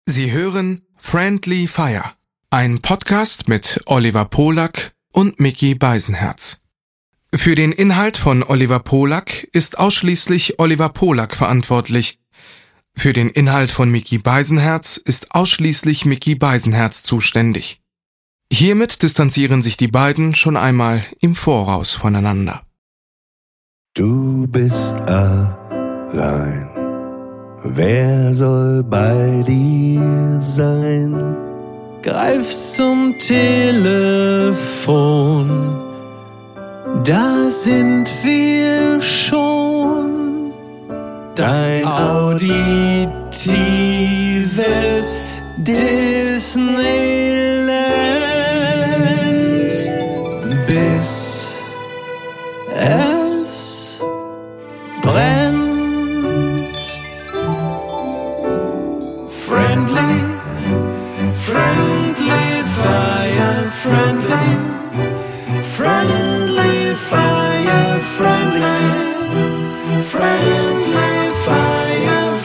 Sie hören Friendly Fire, ein Podcast mit Oliver Polak und Micky Beisenherz. Für den Inhalt von Oliver Polak ist ausschließlich Oliver Polak verantwortlich. Für den Inhalt von Micky Beisenherz ist ausschließlich Micky Beisenherz zuständig. Hiermit distanzieren sich die beiden schon einmal im Voraus voneinander. Du bist allein. Wer soll bei dir sein? Greif zum Telefon, da sind wir schon. Dein auditives Disneyland, bis es brennt. Friendly fire, friendly fire, friendly fire,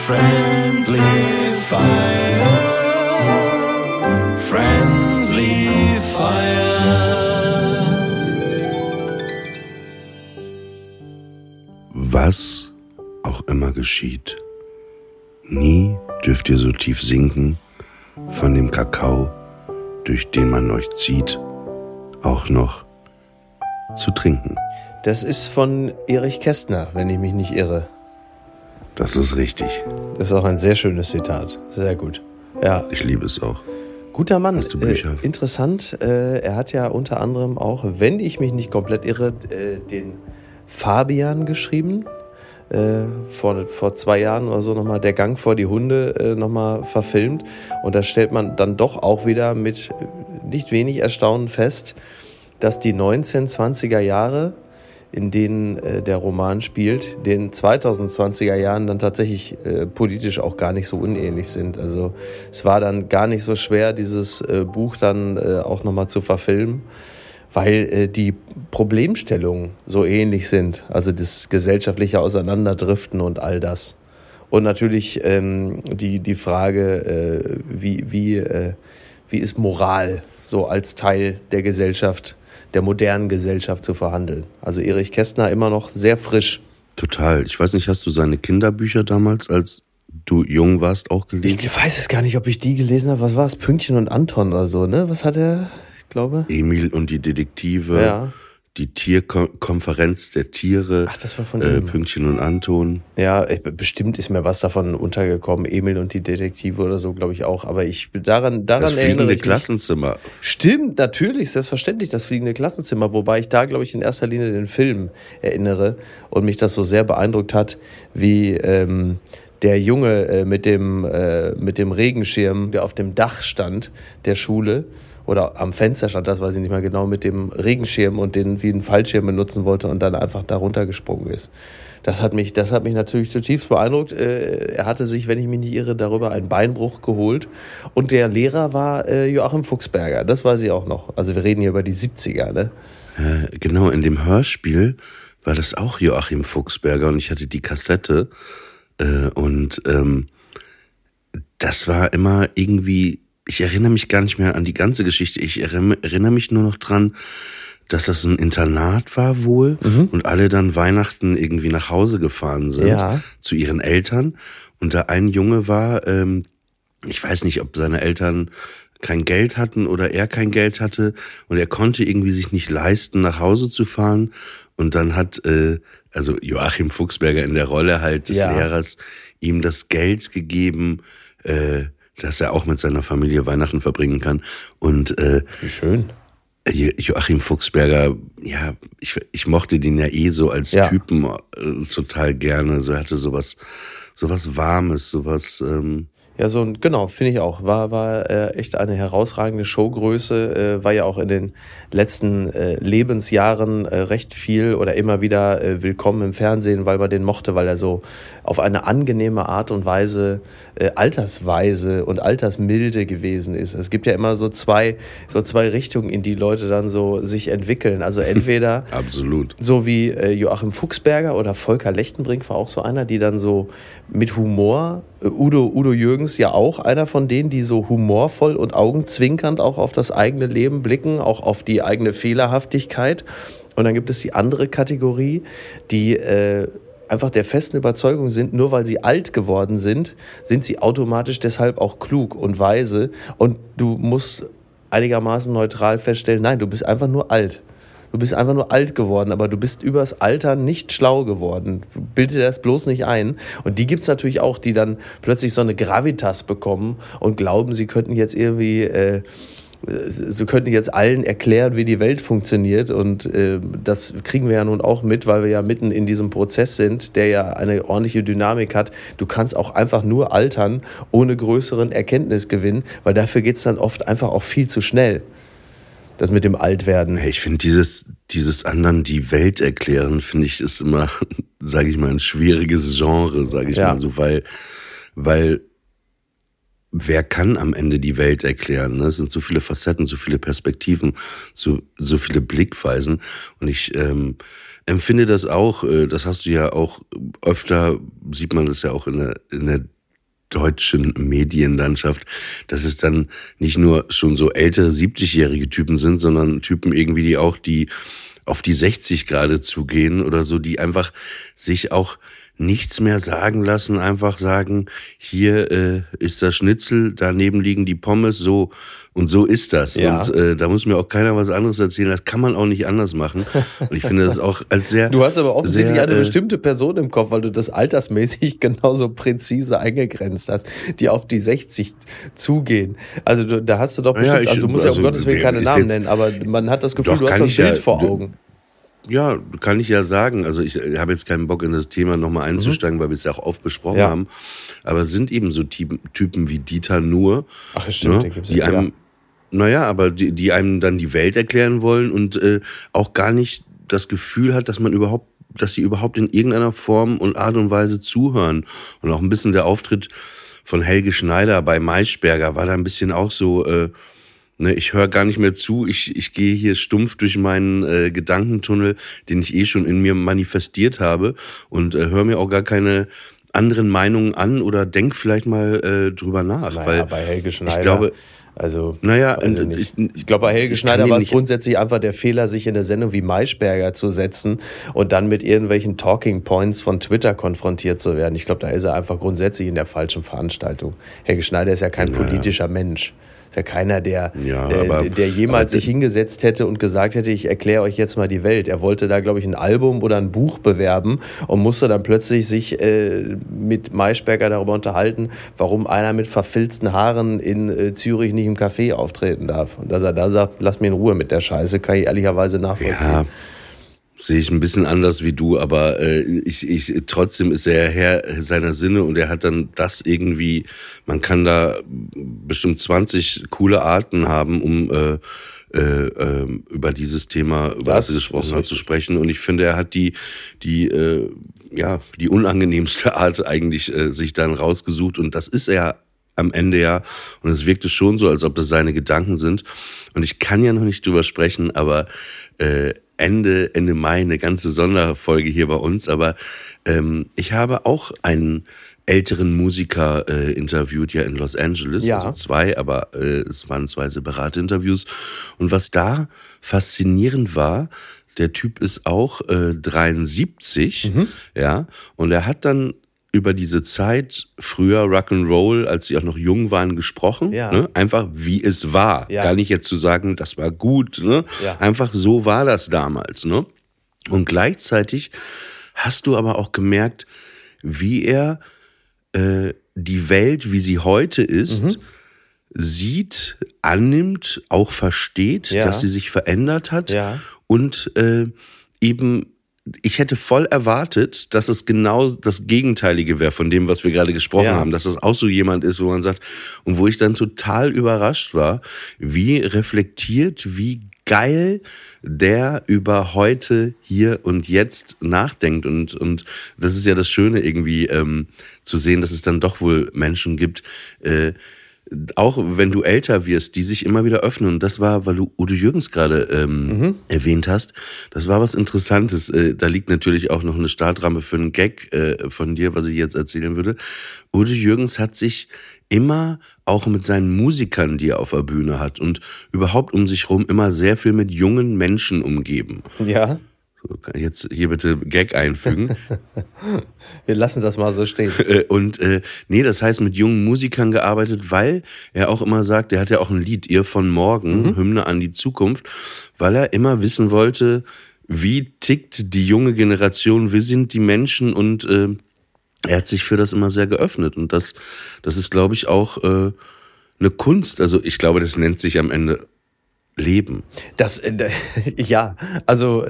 friendly fire. Was auch immer geschieht, nie dürft ihr so tief sinken von dem Kakao, durch den man euch zieht, auch noch zu trinken. Das ist von Erich Kästner, wenn ich mich nicht irre. Das ist richtig. Das ist auch ein sehr schönes Zitat. Sehr gut. Ja. Ich liebe es auch. Guter Mann. Hast du Bücher? Interessant. Er hat ja unter anderem auch, wenn ich mich nicht komplett irre, den Fabian geschrieben. Vor 2 Jahren oder so nochmal Der Gang vor die Hunde nochmal verfilmt. Und da stellt man dann doch auch wieder mit nicht wenig Erstaunen fest, dass die 1920er Jahre, in denen der Roman spielt, den 2020er Jahren dann tatsächlich politisch auch gar nicht so unähnlich sind. Also es war dann gar nicht so schwer, dieses Buch dann auch nochmal zu verfilmen, weil die Problemstellungen so ähnlich sind, also das gesellschaftliche Auseinanderdriften und all das. Und natürlich die Frage, wie ist Moral so als Teil der Gesellschaft, der modernen Gesellschaft zu verhandeln. Also Erich Kästner immer noch sehr frisch. Total. Ich weiß nicht, hast du seine Kinderbücher damals, als du jung warst, auch gelesen? Ich weiß es gar nicht, ob ich die gelesen habe. Was war es? Pünktchen und Anton oder so, ne? Was hat er... glaube. Emil und die Detektive, ja. Die Tierkonferenz der Tiere. Ach, das war von ihm. Pünktchen und Anton. Ja, bestimmt ist mir was davon untergekommen. Emil und die Detektive oder so, glaube ich auch. Aber daran das erinnere ich mich. Klassenzimmer. Stimmt, natürlich, selbstverständlich, das fliegende Klassenzimmer. Wobei ich da, glaube ich, in erster Linie den Film erinnere und mich das so sehr beeindruckt hat, wie der Junge mit dem Regenschirm, der auf dem Dach stand, der Schule, oder am Fenster stand, das weiß ich nicht mehr genau, mit dem Regenschirm und den wie einen Fallschirm benutzen wollte und dann einfach da runtergesprungen ist. Das hat mich natürlich zutiefst beeindruckt. Er hatte sich, wenn ich mich nicht irre, darüber einen Beinbruch geholt. Und der Lehrer war Joachim Fuchsberger, das weiß ich auch noch. Also wir reden hier über die 70er, ne? Genau, in dem Hörspiel war das auch Joachim Fuchsberger und ich hatte die Kassette und das war immer irgendwie... Ich erinnere mich gar nicht mehr an die ganze Geschichte. Ich erinnere mich nur noch dran, dass das ein Internat war wohl und alle dann Weihnachten irgendwie nach Hause gefahren sind zu ihren Eltern. Und da ein Junge war, ich weiß nicht, ob seine Eltern kein Geld hatten oder er kein Geld hatte und er konnte irgendwie sich nicht leisten, nach Hause zu fahren. Und dann hat also Joachim Fuchsberger in der Rolle halt des Lehrers ihm das Geld gegeben, dass er auch mit seiner Familie Weihnachten verbringen kann. Und wie schön. Joachim Fuchsberger, ja, ich mochte den ja so als Typen total gerne. So, er hatte sowas Warmes, sowas... Ja, genau, finde ich auch. War echt eine herausragende Showgröße, war ja auch in den letzten Lebensjahren recht viel oder immer wieder willkommen im Fernsehen, weil man den mochte, weil er so auf eine angenehme Art und Weise altersweise und altersmilde gewesen ist. Es gibt ja immer so zwei Richtungen, in die Leute dann so sich entwickeln. Also entweder absolut so wie Joachim Fuchsberger oder Volker Lechtenbrink war auch so einer, die dann so mit Humor Udo Jürgens ja auch einer von denen, die so humorvoll und augenzwinkernd auch auf das eigene Leben blicken, auch auf die eigene Fehlerhaftigkeit. Und dann gibt es die andere Kategorie, die einfach der festen Überzeugung sind, nur weil sie alt geworden sind, sind sie automatisch deshalb auch klug und weise. Und du musst einigermaßen neutral feststellen, nein, du bist einfach nur alt. Du bist einfach nur alt geworden, aber du bist übers Alter nicht schlau geworden. Bilde dir das bloß nicht ein. Und die gibt es natürlich auch, die dann plötzlich so eine Gravitas bekommen und glauben, sie könnten jetzt irgendwie, sie könnten jetzt allen erklären, wie die Welt funktioniert. Und das kriegen wir ja nun auch mit, weil wir ja mitten in diesem Prozess sind, der ja eine ordentliche Dynamik hat. Du kannst auch einfach nur altern, ohne größeren Erkenntnisgewinn, weil dafür geht es dann oft einfach auch viel zu schnell. Das mit dem Altwerden. Ich finde dieses anderen die Welt erklären, finde ich, ist immer, sage ich mal, ein schwieriges Genre, sage ich mal so, weil wer kann am Ende die Welt erklären? Ne? Es sind so viele Facetten, so viele Perspektiven, so viele Blickweisen. Und ich empfinde das auch, das hast du ja auch öfter, sieht man das ja auch in der deutschen Medienlandschaft, dass es dann nicht nur schon so ältere 70-jährige Typen sind, sondern Typen irgendwie, die auf die 60 gerade zugehen oder so, die einfach sich auch nichts mehr sagen lassen, einfach sagen, hier ist das Schnitzel, daneben liegen die Pommes, so und so ist das. Ja. Und da muss mir auch keiner was anderes erzählen, das kann man auch nicht anders machen. Und ich finde das auch als sehr... Du hast aber offensichtlich sehr, eine bestimmte Person im Kopf, weil du das altersmäßig genauso präzise eingegrenzt hast, die auf die 60 zugehen. Also da hast du doch bestimmt, du musst ja um Gottes Willen keine Namen nennen, aber man hat das Gefühl, du hast so ein Bild vor Augen. Ja, kann ich ja sagen. Also ich habe jetzt keinen Bock in das Thema nochmal einzusteigen, weil wir es ja auch oft besprochen haben. Aber es sind eben so Typen wie Dieter Nuhr, stimmt, ne, die einem, die einem dann die Welt erklären wollen und auch gar nicht das Gefühl hat, dass sie überhaupt in irgendeiner Form und Art und Weise zuhören. Und auch ein bisschen der Auftritt von Helge Schneider bei Maischberger war da ein bisschen auch so... ich höre gar nicht mehr zu, ich gehe hier stumpf durch meinen Gedankentunnel, den ich schon in mir manifestiert habe und höre mir auch gar keine anderen Meinungen an oder denk vielleicht mal drüber nach. Weil bei Helge Schneider, ich glaube, ich glaube, bei Helge Schneider war es grundsätzlich einfach der Fehler, sich in eine Sendung wie Maischberger zu setzen und dann mit irgendwelchen Talking Points von Twitter konfrontiert zu werden. Ich glaube, da ist er einfach grundsätzlich in der falschen Veranstaltung. Helge Schneider ist ja kein politischer Mensch. Ist ja keiner, der jemals sich hingesetzt hätte und gesagt hätte, ich erkläre euch jetzt mal die Welt. Er wollte da, glaube ich, ein Album oder ein Buch bewerben und musste dann plötzlich sich mit Maischberger darüber unterhalten, warum einer mit verfilzten Haaren in Zürich nicht im Café auftreten darf. Und dass er da sagt, lass mich in Ruhe mit der Scheiße, kann ich ehrlicherweise nachvollziehen. Ja. Sehe ich ein bisschen anders wie du, aber trotzdem ist er Herr seiner Sinne und er hat dann das irgendwie, man kann da bestimmt 20 coole Arten haben, um über dieses Thema, über das er gesprochen hat, zu sprechen. Und ich finde, er hat die unangenehmste Art eigentlich sich dann rausgesucht und das ist er am Ende ja. Und es wirkte schon so, als ob das seine Gedanken sind. Und ich kann ja noch nicht drüber sprechen, aber Ende Mai eine ganze Sonderfolge hier bei uns. Aber ich habe auch einen älteren Musiker interviewt, ja in Los Angeles. Ja. Also 2, aber es waren 2 separate Interviews. Und was da faszinierend war, der Typ ist auch 73, ja, und er hat dann über diese Zeit früher Rock'n'Roll, als sie auch noch jung waren, gesprochen. Ja. Ne? Einfach wie es war. Ja. Gar nicht jetzt zu sagen, das war gut. Ne? Ja. Einfach so war das damals. Ne? Und gleichzeitig hast du aber auch gemerkt, wie er die Welt, wie sie heute ist, sieht, annimmt, auch versteht, dass sie sich verändert hat und eben ich hätte voll erwartet, dass es genau das Gegenteilige wäre von dem, was wir gerade gesprochen haben. Dass das auch so jemand ist, wo man sagt, und wo ich dann total überrascht war, wie reflektiert, wie geil der über heute, hier und jetzt nachdenkt. Und das ist ja das Schöne irgendwie zu sehen, dass es dann doch wohl Menschen gibt, auch wenn du älter wirst, die sich immer wieder öffnen. Und das war, weil du Udo Jürgens gerade erwähnt hast, das war was Interessantes. Da liegt natürlich auch noch eine Startrampe für einen Gag von dir, was ich jetzt erzählen würde. Udo Jürgens hat sich immer auch mit seinen Musikern, die er auf der Bühne hat und überhaupt um sich rum immer sehr viel mit jungen Menschen umgeben. Ja. So, jetzt hier bitte Gag einfügen. Wir lassen das mal so stehen. Und nee, das heißt mit jungen Musikern gearbeitet, weil er auch immer sagt, er hat ja auch ein Lied, Ihr von morgen, Hymne an die Zukunft, weil er immer wissen wollte, wie tickt die junge Generation, wie sind die Menschen und er hat sich für das immer sehr geöffnet und das ist, glaube ich, auch eine Kunst. Also ich glaube, das nennt sich am Ende Leben. Ja, also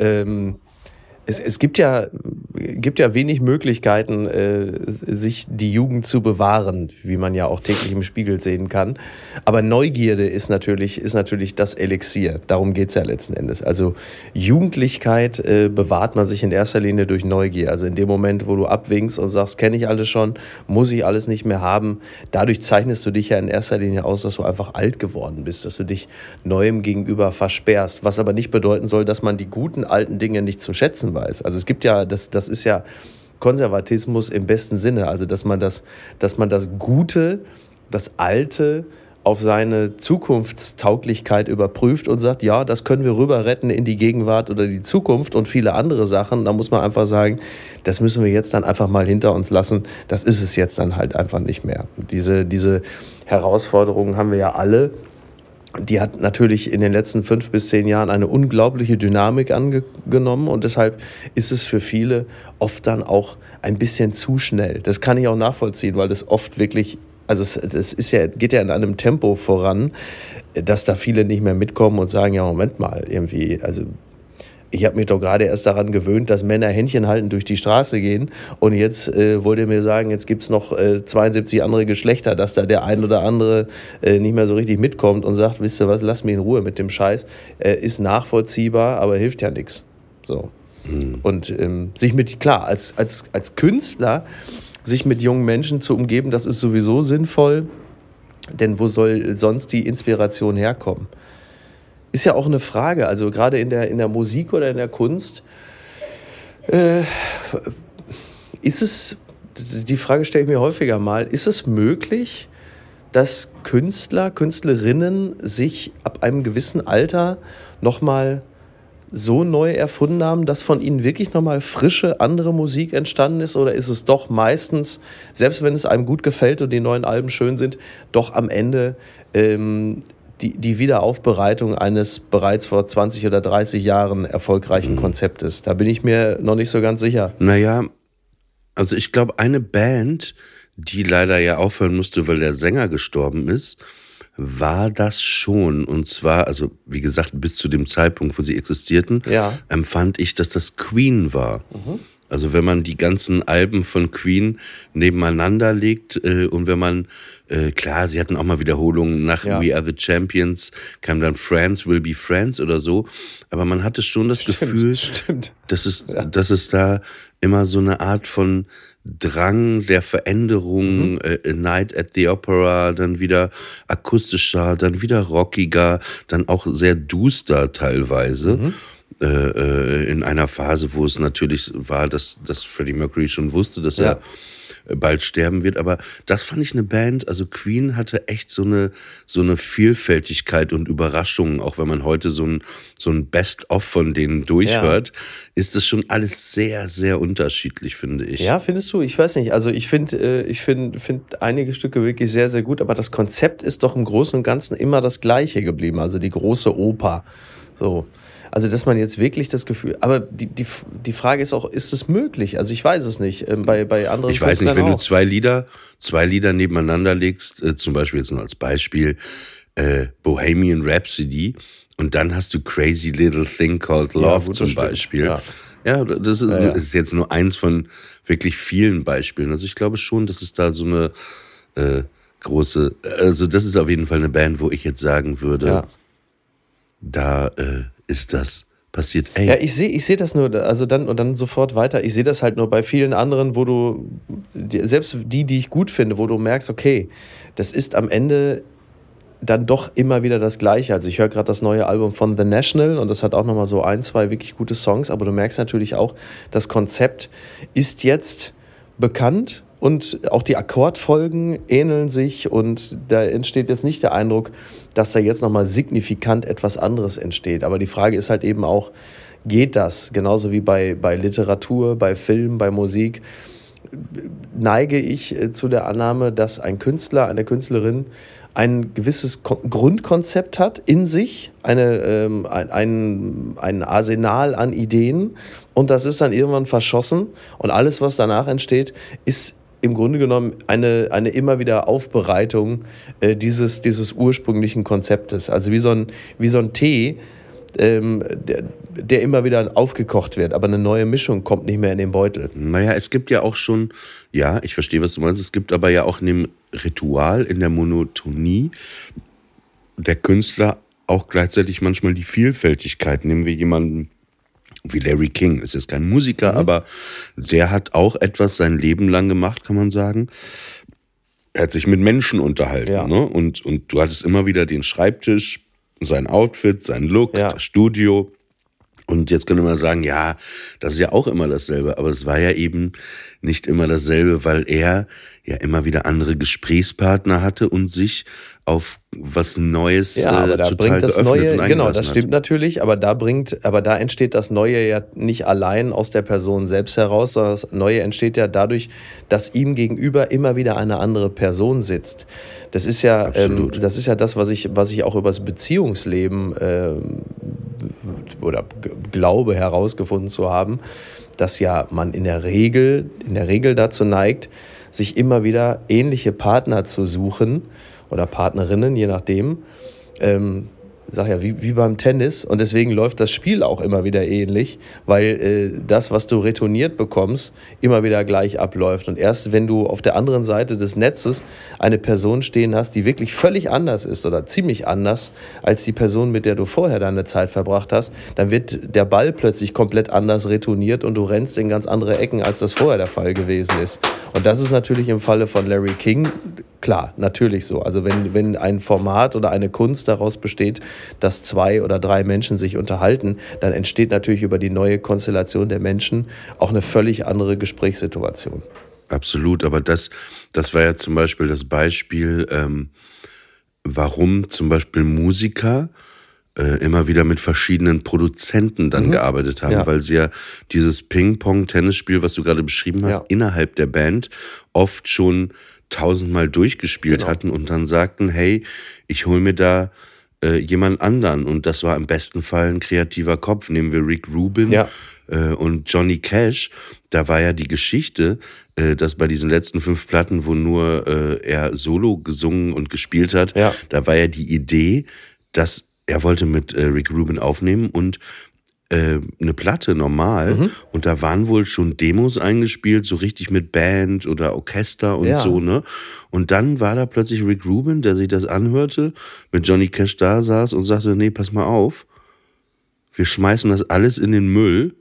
es gibt ja wenig Möglichkeiten, sich die Jugend zu bewahren, wie man ja auch täglich im Spiegel sehen kann. Aber Neugierde ist natürlich das Elixier. Darum geht's ja letzten Endes. Also Jugendlichkeit bewahrt man sich in erster Linie durch Neugier. Also in dem Moment, wo du abwinkst und sagst, kenne ich alles schon, muss ich alles nicht mehr haben. Dadurch zeichnest du dich ja in erster Linie aus, dass du einfach alt geworden bist, dass du dich Neuem gegenüber versperrst. Was aber nicht bedeuten soll, dass man die guten alten Dinge nicht zu schätzen weiß. Also es gibt ja, das ist ja Konservatismus im besten Sinne, also dass man das Gute, das Alte auf seine Zukunftstauglichkeit überprüft und sagt, ja, das können wir rüber retten in die Gegenwart oder die Zukunft und viele andere Sachen. Da muss man einfach sagen, das müssen wir jetzt dann einfach mal hinter uns lassen. Das ist es jetzt dann halt einfach nicht mehr. Diese Herausforderungen haben wir ja alle. Die hat natürlich in den letzten 5 bis 10 Jahren eine unglaubliche Dynamik angenommen und deshalb ist es für viele oft dann auch ein bisschen zu schnell. Das kann ich auch nachvollziehen, weil das oft wirklich, also es ist ja, geht ja in einem Tempo voran, dass da viele nicht mehr mitkommen und sagen, ja, Moment mal, irgendwie, also ich habe mich doch gerade erst daran gewöhnt, dass Männer Händchen halten durch die Straße gehen und jetzt wollt ihr mir sagen, jetzt gibt's noch 72 andere Geschlechter, dass da der ein oder andere nicht mehr so richtig mitkommt und sagt, wisst ihr was, lasst mich in Ruhe mit dem Scheiß, ist nachvollziehbar, aber hilft ja nichts. So. Und sich als Künstler sich mit jungen Menschen zu umgeben, das ist sowieso sinnvoll, denn wo soll sonst die Inspiration herkommen? Ist ja auch eine Frage, also gerade in der Musik oder in der Kunst, ist es, die Frage stelle ich mir häufiger mal, ist es möglich, dass Künstler, Künstlerinnen sich ab einem gewissen Alter nochmal so neu erfunden haben, dass von ihnen wirklich nochmal frische, andere Musik entstanden ist? Oder ist es doch meistens, selbst wenn es einem gut gefällt und die neuen Alben schön sind, doch am Ende die Wiederaufbereitung eines bereits vor 20 oder 30 Jahren erfolgreichen Konzeptes? Da bin ich mir noch nicht so ganz sicher. Naja, also ich glaube, eine Band, die leider ja aufhören musste, weil der Sänger gestorben ist, war das schon. Und zwar, also wie gesagt, bis zu dem Zeitpunkt, wo sie existierten, empfand ich, dass das Queen war. Also wenn man die ganzen Alben von Queen nebeneinander legt und wenn man, klar, sie hatten auch mal Wiederholungen, nach We Are the Champions kam dann Friends Will Be Friends oder so, aber man hatte schon das Gefühl, dass es da immer so eine Art von Drang der Veränderung, Night at the Opera, dann wieder akustischer, dann wieder rockiger, dann auch sehr duster teilweise. In einer Phase, wo es natürlich war, dass Freddie Mercury schon wusste, dass er bald sterben wird. Aber das fand ich eine Band, also Queen hatte echt so eine Vielfältigkeit und Überraschungen. Auch wenn man heute so ein Best-of von denen durchhört, ist das schon alles sehr, sehr unterschiedlich, finde ich. Ja, findest du? Ich weiß nicht. Also ich finde einige Stücke wirklich sehr, sehr gut. Aber das Konzept ist doch im Großen und Ganzen immer das Gleiche geblieben. Also die große Oper. So. Also, dass man jetzt wirklich das Gefühl, aber die Frage ist auch, ist es möglich? Also, ich weiß es nicht. Bei anderen Ich weiß nicht, wenn du zwei Lieder nebeneinander legst, zum Beispiel jetzt nur als Beispiel, Bohemian Rhapsody, und dann hast du Crazy Little Thing Called Love zum Beispiel. Ja, das ist jetzt nur eins von wirklich vielen Beispielen. Also, ich glaube schon, dass es da so eine große, also, das ist auf jeden Fall eine Band, wo ich jetzt sagen würde, da ist das passiert. Ja, ich seh das nur, also dann sofort weiter. Ich sehe das halt nur bei vielen anderen, wo du, selbst die ich gut finde, wo du merkst, okay, das ist am Ende dann doch immer wieder das Gleiche. Also ich höre gerade das neue Album von The National und das hat auch nochmal so 1, 2 wirklich gute Songs, aber du merkst natürlich auch, das Konzept ist jetzt bekannt und auch die Akkordfolgen ähneln sich und da entsteht jetzt nicht der Eindruck, dass da jetzt nochmal signifikant etwas anderes entsteht. Aber die Frage ist halt eben auch, geht das? Genauso wie bei Literatur, bei Film, bei Musik, neige ich zu der Annahme, dass ein Künstler, eine Künstlerin ein gewisses Grundkonzept hat in sich, ein Arsenal an Ideen und das ist dann irgendwann verschossen und alles, was danach entsteht, ist im Grunde genommen eine immer wieder Aufbereitung dieses ursprünglichen Konzeptes. Also wie so ein Tee, der immer wieder aufgekocht wird, aber eine neue Mischung kommt nicht mehr in den Beutel. Naja, es gibt ja auch schon, ja, ich verstehe, was du meinst, es gibt aber ja auch in dem Ritual, in der Monotonie der Künstler auch gleichzeitig manchmal die Vielfältigkeit. Nehmen wir jemanden wie Larry King, ist jetzt kein Musiker, aber der hat auch etwas sein Leben lang gemacht, kann man sagen. Er hat sich mit Menschen unterhalten, Ja. ne? Und du hattest immer wieder den Schreibtisch, sein Outfit, sein Look, Ja. das Studio. Und jetzt könnte man sagen, ja, das ist ja auch immer dasselbe. Aber es war ja eben nicht immer dasselbe, weil er ja immer wieder andere Gesprächspartner hatte und sich auf was Neues Ja, aber da total bringt das geöffnet Neue, und genau, eingelassen das stimmt hat. natürlich, aber da entsteht das Neue ja nicht allein aus der Person selbst heraus, sondern das Neue entsteht ja dadurch, dass ihm gegenüber immer wieder eine andere Person sitzt. Das ist ja, Absolut. das ist ja das, was ich auch über das Beziehungsleben oder glaube herausgefunden zu haben, dass ja man in der Regel dazu neigt, sich immer wieder ähnliche Partner zu suchen oder Partnerinnen, je nachdem. Sag ja, wie beim Tennis. Und deswegen läuft das Spiel auch immer wieder ähnlich, weil das, was du retourniert bekommst, immer wieder gleich abläuft. Und erst wenn du auf der anderen Seite des Netzes eine Person stehen hast, die wirklich völlig anders ist oder ziemlich anders als die Person, mit der du vorher deine Zeit verbracht hast, dann wird der Ball plötzlich komplett anders retourniert und du rennst in ganz andere Ecken, als das vorher der Fall gewesen ist. Und das ist natürlich im Falle von Larry King klar, natürlich so. Also wenn ein Format oder eine Kunst daraus besteht, dass 2 oder 3 Menschen sich unterhalten, dann entsteht natürlich über die neue Konstellation der Menschen auch eine völlig andere Gesprächssituation. Absolut, aber das war ja zum Beispiel das Beispiel, warum zum Beispiel Musiker immer wieder mit verschiedenen Produzenten dann gearbeitet haben, Ja. weil sie ja dieses Ping-Pong-Tennisspiel, was du gerade beschrieben hast, Ja. innerhalb der Band oft schon 1000-mal durchgespielt Genau. hatten und dann sagten, hey, ich hole mir da jemand anderen. Und das war im besten Fall ein kreativer Kopf. Nehmen wir Rick Rubin Ja. und Johnny Cash. Da war ja die Geschichte, dass bei diesen letzten 5 Platten, wo nur er solo gesungen und gespielt hat, Ja. da war ja die Idee, dass er wollte mit Rick Rubin aufnehmen und eine Platte normal und da waren wohl schon Demos eingespielt, so richtig mit Band oder Orchester und Ja. so, ne? Und dann war da plötzlich Rick Rubin, der sich das anhörte, mit Johnny Cash da saß und sagte, nee, pass mal auf, wir schmeißen das alles in den Müll,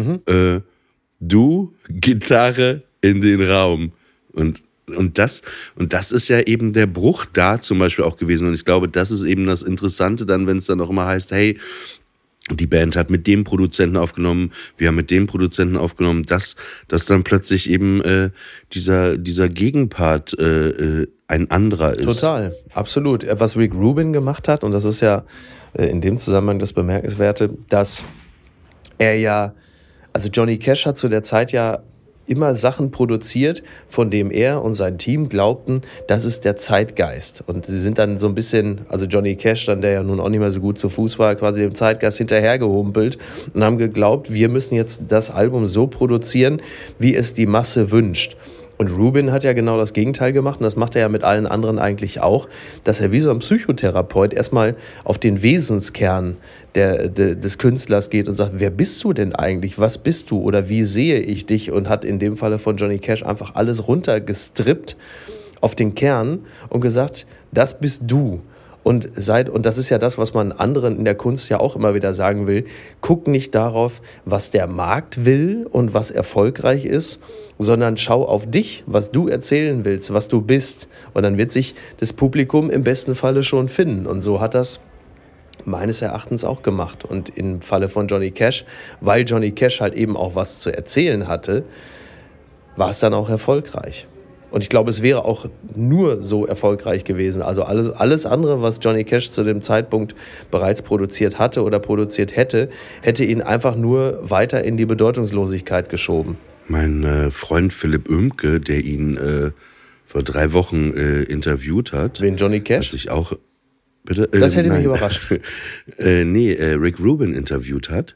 du, Gitarre in den Raum. Und das ist ja eben der Bruch da zum Beispiel auch gewesen. Und ich glaube, das ist eben das Interessante dann, wenn es dann auch immer heißt, hey, die Band hat mit dem Produzenten aufgenommen, wir haben mit dem Produzenten aufgenommen, dass dann plötzlich eben dieser Gegenpart ein anderer ist. Total, absolut. Was Rick Rubin gemacht hat, und das ist ja in dem Zusammenhang das Bemerkenswerte, dass er ja, also Johnny Cash hat zu der Zeit ja immer Sachen produziert, von dem er und sein Team glaubten, das ist der Zeitgeist. Und sie sind dann so ein bisschen, also Johnny Cash, dann der ja nun auch nicht mehr so gut zu Fuß war, quasi dem Zeitgeist hinterhergehumpelt und haben geglaubt, wir müssen jetzt das Album so produzieren, wie es die Masse wünscht. Und Rubin hat ja genau das Gegenteil gemacht und das macht er ja mit allen anderen eigentlich auch, dass er wie so ein Psychotherapeut erstmal auf den Wesenskern des Künstlers geht und sagt, wer bist du denn eigentlich, was bist du oder wie sehe ich dich, und hat in dem Falle von Johnny Cash einfach alles runtergestrippt auf den Kern und gesagt, das bist du. Und das ist ja das, was man anderen in der Kunst ja auch immer wieder sagen will, guck nicht darauf, was der Markt will und was erfolgreich ist, sondern schau auf dich, was du erzählen willst, was du bist. Und dann wird sich das Publikum im besten Falle schon finden. Und so hat das meines Erachtens auch gemacht. Und im Falle von Johnny Cash, weil Johnny Cash halt eben auch was zu erzählen hatte, war es dann auch erfolgreich. Und ich glaube, es wäre auch nur so erfolgreich gewesen. Also alles andere, was Johnny Cash zu dem Zeitpunkt bereits produziert hatte oder produziert hätte ihn einfach nur weiter in die Bedeutungslosigkeit geschoben. Mein Freund Philipp Oemke, der ihn vor 3 Wochen interviewt hat. Wen, Johnny Cash? Hat sich auch, bitte? Das hätte mich überrascht. Rick Rubin interviewt hat.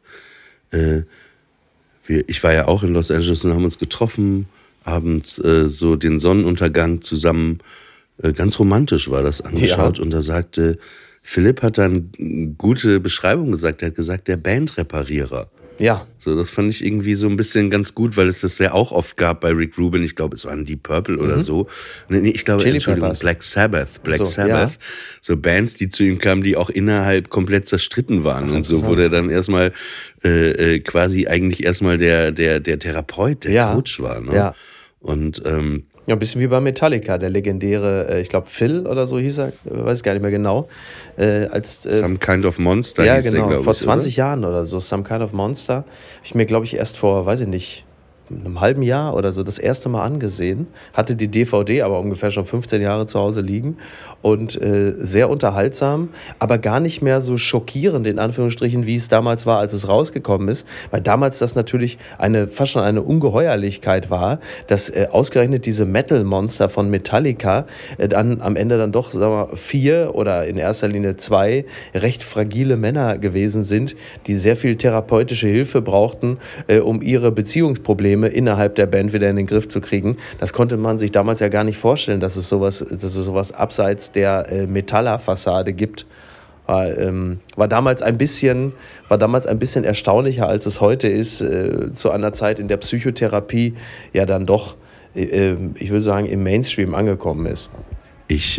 Ich war ja auch in Los Angeles und haben uns getroffen, abends so den Sonnenuntergang zusammen, ganz romantisch war das angeschaut. Ja. Und da sagte, Philipp hat dann eine gute Beschreibung gesagt, er hat gesagt, der Bandreparierer. Ja. So, das fand ich irgendwie so ein bisschen ganz gut, weil es das ja auch oft gab bei Rick Rubin. Ich glaube, es waren Deep Purple oder so. Nee, ich glaube, Black Sabbath. Ja. So Bands, die zu ihm kamen, die auch innerhalb komplett zerstritten waren. Und so wurde er dann erstmal quasi eigentlich erstmal der Therapeut, der Coach war. Ne? Ja. Und ja, ein bisschen wie bei Metallica, der legendäre, ich glaube Phil oder so hieß er, weiß ich gar nicht mehr genau. Some Kind of Monster hieß der, glaube ich. Vor 20 oder? Jahren oder so, Some Kind of Monster. Habe ich mir, glaube ich, erst vor, weiß ich nicht, einem halben Jahr oder so das erste Mal angesehen. Hatte die DVD aber ungefähr schon 15 Jahre zu Hause liegen. Und sehr unterhaltsam, aber gar nicht mehr so schockierend, in Anführungsstrichen, wie es damals war, als es rausgekommen ist. Weil damals das natürlich fast schon eine Ungeheuerlichkeit war, dass ausgerechnet diese Metal-Monster von Metallica dann am Ende dann doch, sagen wir, 4 oder in erster Linie 2 recht fragile Männer gewesen sind, die sehr viel therapeutische Hilfe brauchten, um ihre Beziehungsprobleme innerhalb der Band wieder in den Griff zu kriegen. Das konnte man sich damals ja gar nicht vorstellen, dass es sowas abseits der Metaller-Fassade gibt. War damals ein bisschen erstaunlicher, als es heute ist, zu einer Zeit, in der Psychotherapie ja dann doch, ich würde sagen, im Mainstream angekommen ist. Ich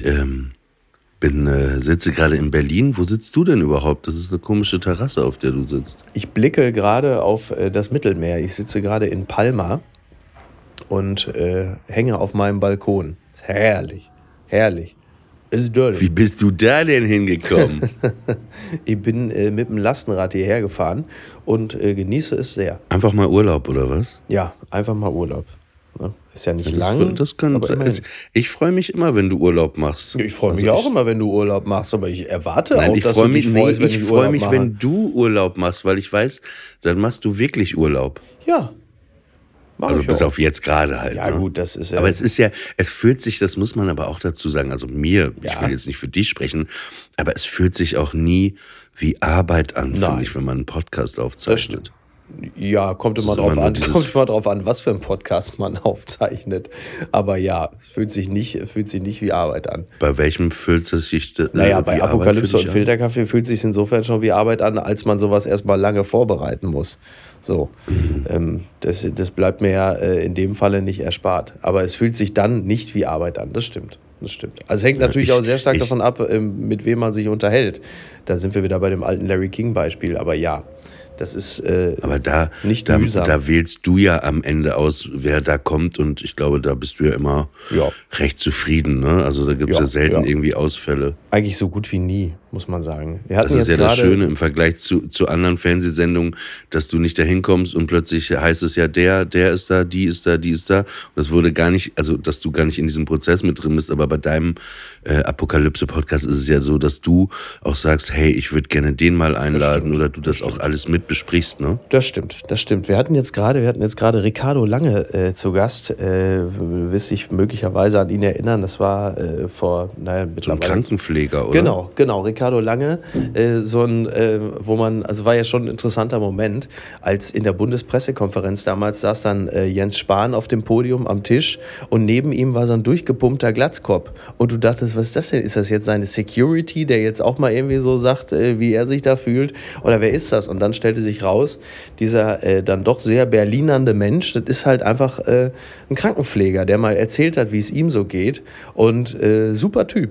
sitze gerade in Berlin. Wo sitzt du denn überhaupt? Das ist eine komische Terrasse, auf der du sitzt. Ich blicke gerade auf das Mittelmeer. Ich sitze gerade in Palma und hänge auf meinem Balkon. Herrlich, herrlich. Wie bist du da denn hingekommen? Ich bin mit dem Lastenrad hierher gefahren und genieße es sehr. Einfach mal Urlaub, oder was? Ja, einfach mal Urlaub. Ist ja nicht lang. Ich freue mich immer, wenn du Urlaub machst. Ich freue mich auch immer, wenn du Urlaub machst, aber ich erwarte auch, dass du dich freust, wenn ich Urlaub mache. Ich freue mich, wenn du Urlaub machst, weil ich weiß, dann machst du wirklich Urlaub. Ja. Also bis auf jetzt gerade halt. Ja, gut, das ist ja. Aber es fühlt sich, das muss man aber auch dazu sagen, also mir, ich will jetzt nicht für dich sprechen, aber es fühlt sich auch nie wie Arbeit an, finde ich, wenn man einen Podcast aufzeichnet. Das stimmt. Ja, kommt immer drauf an, was für einen Podcast man aufzeichnet. Aber ja, es fühlt sich nicht wie Arbeit an. Bei welchem fühlt es sich bei Apokalypse und Filterkaffee fühlt es sich insofern schon wie Arbeit an, als man sowas erstmal lange vorbereiten muss. So, das bleibt mir ja in dem Falle nicht erspart. Aber es fühlt sich dann nicht wie Arbeit an, das stimmt. Also es hängt natürlich auch sehr stark davon ab, mit wem man sich unterhält. Da sind wir wieder bei dem alten Larry King-Beispiel. Aber ja, das ist aber nicht mühsam. Da wählst du ja am Ende aus, wer da kommt, und ich glaube, da bist du ja immer recht zufrieden. Ne? Also da gibt es ja selten irgendwie Ausfälle. Eigentlich so gut wie nie, muss man sagen. Das ist ja das Schöne im Vergleich zu anderen Fernsehsendungen, dass du nicht dahin kommst und plötzlich heißt es ja, der ist da, die ist da, die ist da. Und das wurde gar nicht, also dass du gar nicht in diesem Prozess mit drin bist, aber bei deinem Apokalypse-Podcast ist es ja so, dass du auch sagst, hey, ich würde gerne den mal einladen, oder du das auch alles mit besprichst, ne? Das stimmt. Wir hatten jetzt gerade Ricardo Lange zu Gast. Du wirst dich möglicherweise an ihn erinnern. Das war mittlerweile. So ein Krankenpfleger, oder? Genau. Ricardo Lange, war ja schon ein interessanter Moment, als in der Bundespressekonferenz damals saß dann Jens Spahn auf dem Podium am Tisch und neben ihm war so ein durchgepumpter Glatzkopf. Und du dachtest, was ist das denn? Ist das jetzt seine Security, der jetzt auch mal irgendwie so sagt, wie er sich da fühlt? Oder wer ist das? Und dann stellte sich raus, dieser dann doch sehr berlinernde Mensch, das ist halt einfach ein Krankenpfleger, der mal erzählt hat, wie es ihm so geht. Und super Typ.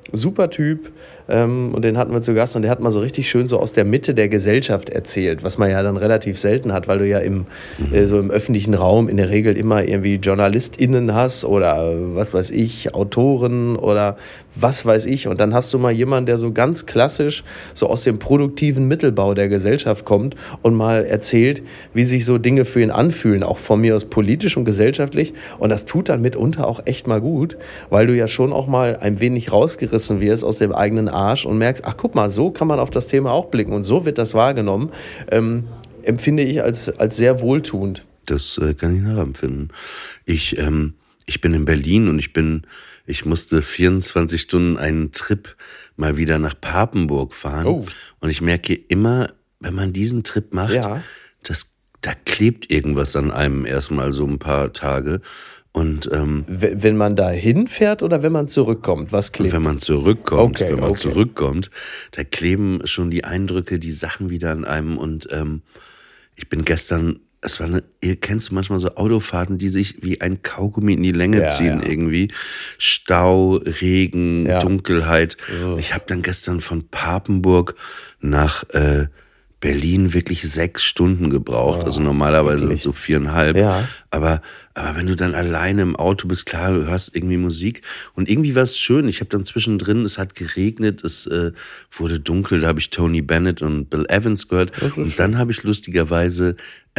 super Typ. Und den hatten wir zu Gast und der hat mal so richtig schön so aus der Mitte der Gesellschaft erzählt, was man ja dann relativ selten hat, weil du ja so im öffentlichen Raum in der Regel immer irgendwie JournalistInnen hast oder was weiß ich, Autoren oder was weiß ich. Und dann hast du mal jemanden, der so ganz klassisch so aus dem produktiven Mittelbau der Gesellschaft kommt und mal erzählt, wie sich so Dinge für ihn anfühlen, auch von mir aus politisch und gesellschaftlich. Und das tut dann mitunter auch echt mal gut, weil du ja schon auch mal ein wenig rausgerissen wirst aus dem eigenen Arsch und merkst, ach guck mal, so kann man auf das Thema auch blicken und so wird das wahrgenommen, empfinde ich als sehr wohltuend. Das kann ich nachempfinden. Ich bin in Berlin und ich musste 24 Stunden einen Trip mal wieder nach Papenburg fahren. Oh. Und ich merke immer, wenn man diesen Trip macht, Ja. da klebt irgendwas an einem erstmal so ein paar Tage. Und Wenn man da hinfährt oder wenn man zurückkommt, was klebt? wenn man zurückkommt, Okay. zurückkommt, da kleben schon die Eindrücke, die Sachen wieder an einem. Und ich bin gestern, ihr kennst du manchmal so Autofahrten, die sich wie ein Kaugummi in die Länge ziehen irgendwie. Stau, Regen, Dunkelheit. Oh. Ich habe dann gestern von Papenburg nach Berlin wirklich 6 Stunden gebraucht. Also normalerweise sind es so 4,5. Ja. Aber wenn du dann alleine im Auto bist, klar, du hörst irgendwie Musik. Und irgendwie war es schön. Ich habe dann zwischendrin, es hat geregnet, es wurde dunkel. Da habe ich Tony Bennett und Bill Evans gehört. Und dann habe ich lustigerweise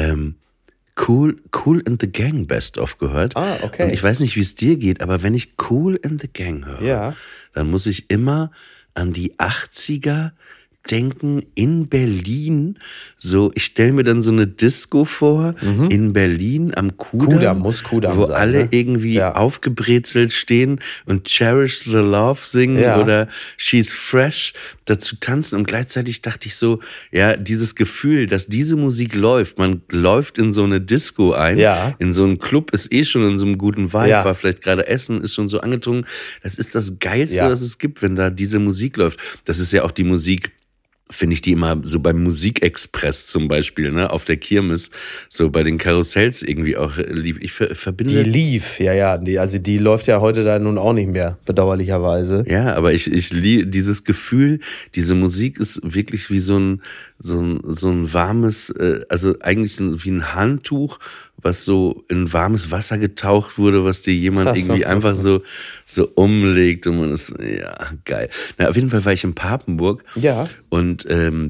Cool and the Gang Best of gehört. Ah, okay. Und ich weiß nicht, wie es dir geht, aber wenn ich Cool and the Gang höre, dann muss ich immer an die 80er denken in Berlin. So, ich stelle mir dann so eine Disco vor, in Berlin am Kudamm. Muss Kudamm wo sein, alle ne? irgendwie aufgebrezelt stehen und Cherish the Love singen oder She's Fresh dazu tanzen. Und gleichzeitig dachte ich so, ja, dieses Gefühl, dass diese Musik läuft, man läuft in so eine Disco ein, in so einen Club, ist schon in so einem guten Vibe, war vielleicht gerade Essen, ist schon so angetrunken. Das ist das Geilste, was es gibt, wenn da diese Musik läuft. Das ist ja auch die Musik, finde ich, die immer so beim Musikexpress zum Beispiel, ne, auf der Kirmes, so bei den Karussells irgendwie auch lief. Ich verbinde. Die lief, also die läuft ja heute da nun auch nicht mehr, bedauerlicherweise. Ja, aber ich liebe dieses Gefühl, diese Musik ist wirklich wie so ein warmes, also eigentlich wie ein Handtuch, was so in warmes Wasser getaucht wurde, was dir jemand irgendwie einfach so umlegt und man ist, ja, geil. Na, auf jeden Fall war ich in Papenburg. Ja. Und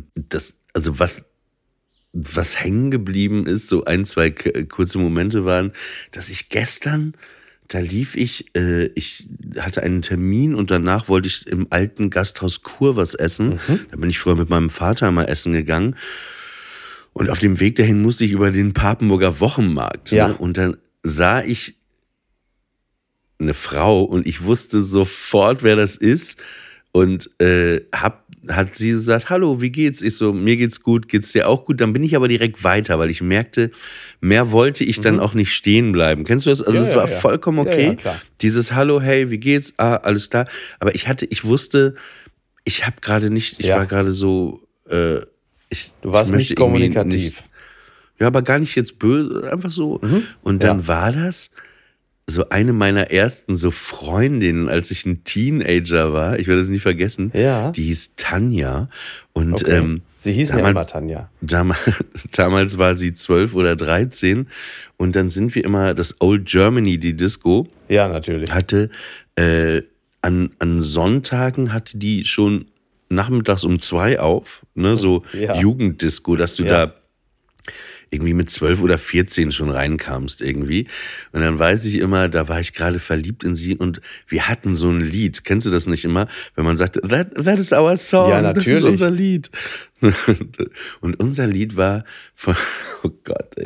was hängen geblieben ist, so 1, 2 kurze Momente waren, dass ich gestern, da lief ich hatte einen Termin und danach wollte ich im alten Gasthaus Kur was essen. Da bin ich früher mit meinem Vater mal essen gegangen. Und auf dem Weg dahin musste ich über den Papenburger Wochenmarkt. Ja. Ne? Und dann sah ich eine Frau und ich wusste sofort, wer das ist. Und hat sie gesagt, hallo, wie geht's? Ich so, mir geht's gut, geht's dir auch gut? Dann bin ich aber direkt weiter, weil ich merkte, mehr wollte ich dann auch nicht stehen bleiben. Kennst du das? Also es war vollkommen okay. Ja, klar. Dieses Hallo, hey, wie geht's? Ah, alles klar. Aber ich wusste, ich habe gerade nicht, ich war gerade so, du warst nicht kommunikativ. Ja, aber gar nicht jetzt böse, einfach so. Und dann war das so eine meiner ersten so Freundinnen, als ich ein Teenager war. Ich werde das nie vergessen. Ja. Die hieß Tanja. Und sie hieß ja immer Tanja. Damals war sie 12 oder 13. Und dann sind wir immer, das Old Germany, die Disco. Ja, natürlich. Hatte an Sonntagen hatte die schon nachmittags um 2 auf, ne, so Jugenddisco, dass du da irgendwie mit 12 oder 14 schon reinkamst irgendwie. Und dann weiß ich immer, da war ich gerade verliebt in sie und wir hatten so ein Lied. Kennst du das nicht immer? Wenn man sagt, that is our song, ja, natürlich. Das ist unser Lied. Und unser Lied war von, oh Gott.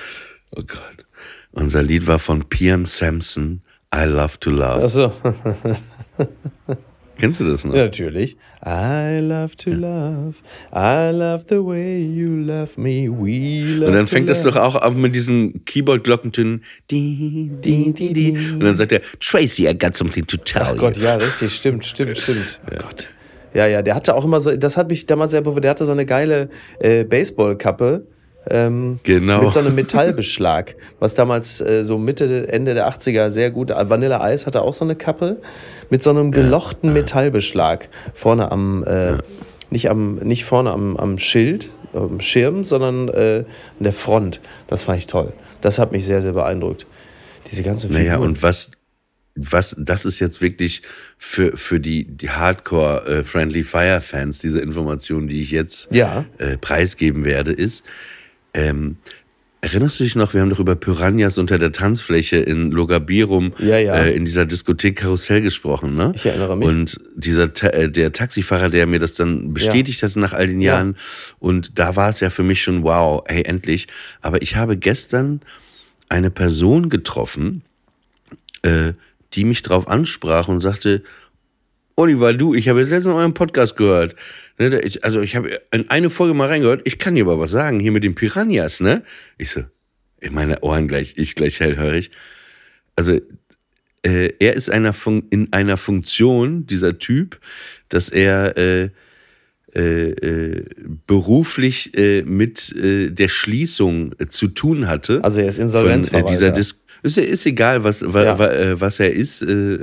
Unser Lied war von P.M. Sampson, I Love to Love. Ach so. Kennst du das noch? Ja, natürlich. I love to love. I love the way you love me. We love. Und dann fängt das doch auch an mit diesen Keyboard-Glockentönen. Und dann sagt er, Tracy, I got something to tell you. Ach Gott, ja, richtig, stimmt. Oh Gott. Ja, der hatte auch immer so, das hat mich damals sehr bewundert, der hatte so eine geile Baseballkappe. Genau. Mit so einem Metallbeschlag, was damals so Mitte, Ende der 80er sehr gut, Vanilla Ice hatte auch so eine Kappe mit so einem gelochten Metallbeschlag vorne nicht vorne am Schild, am Schirm, sondern an der Front. Das fand ich toll. Das hat mich sehr, sehr beeindruckt. Diese ganze Figur. Naja, und was, das ist jetzt wirklich für die Hardcore Friendly Fire Fans, diese Information, die ich jetzt preisgeben werde, ist, erinnerst du dich noch, wir haben doch über Piranhas unter der Tanzfläche in Logabirum in dieser Diskothek Karussell gesprochen, ne? Ich erinnere mich. Und der Taxifahrer, der mir das dann bestätigt hatte nach all den Jahren, und da war es ja für mich schon wow, hey, endlich. Aber ich habe gestern eine Person getroffen, die mich drauf ansprach und sagte, Oliver, ich habe jetzt letztens euren Podcast gehört. Ich habe in eine Folge mal reingehört, ich kann dir aber was sagen, hier mit den Piranhas, ne? Ich so, in meine Ohren gleich hellhörig. Also, er ist in einer Funktion, dieser Typ, dass er beruflich mit der Schließung zu tun hatte. Also er ist Insolvenzverwalter. Ist egal, was er ist.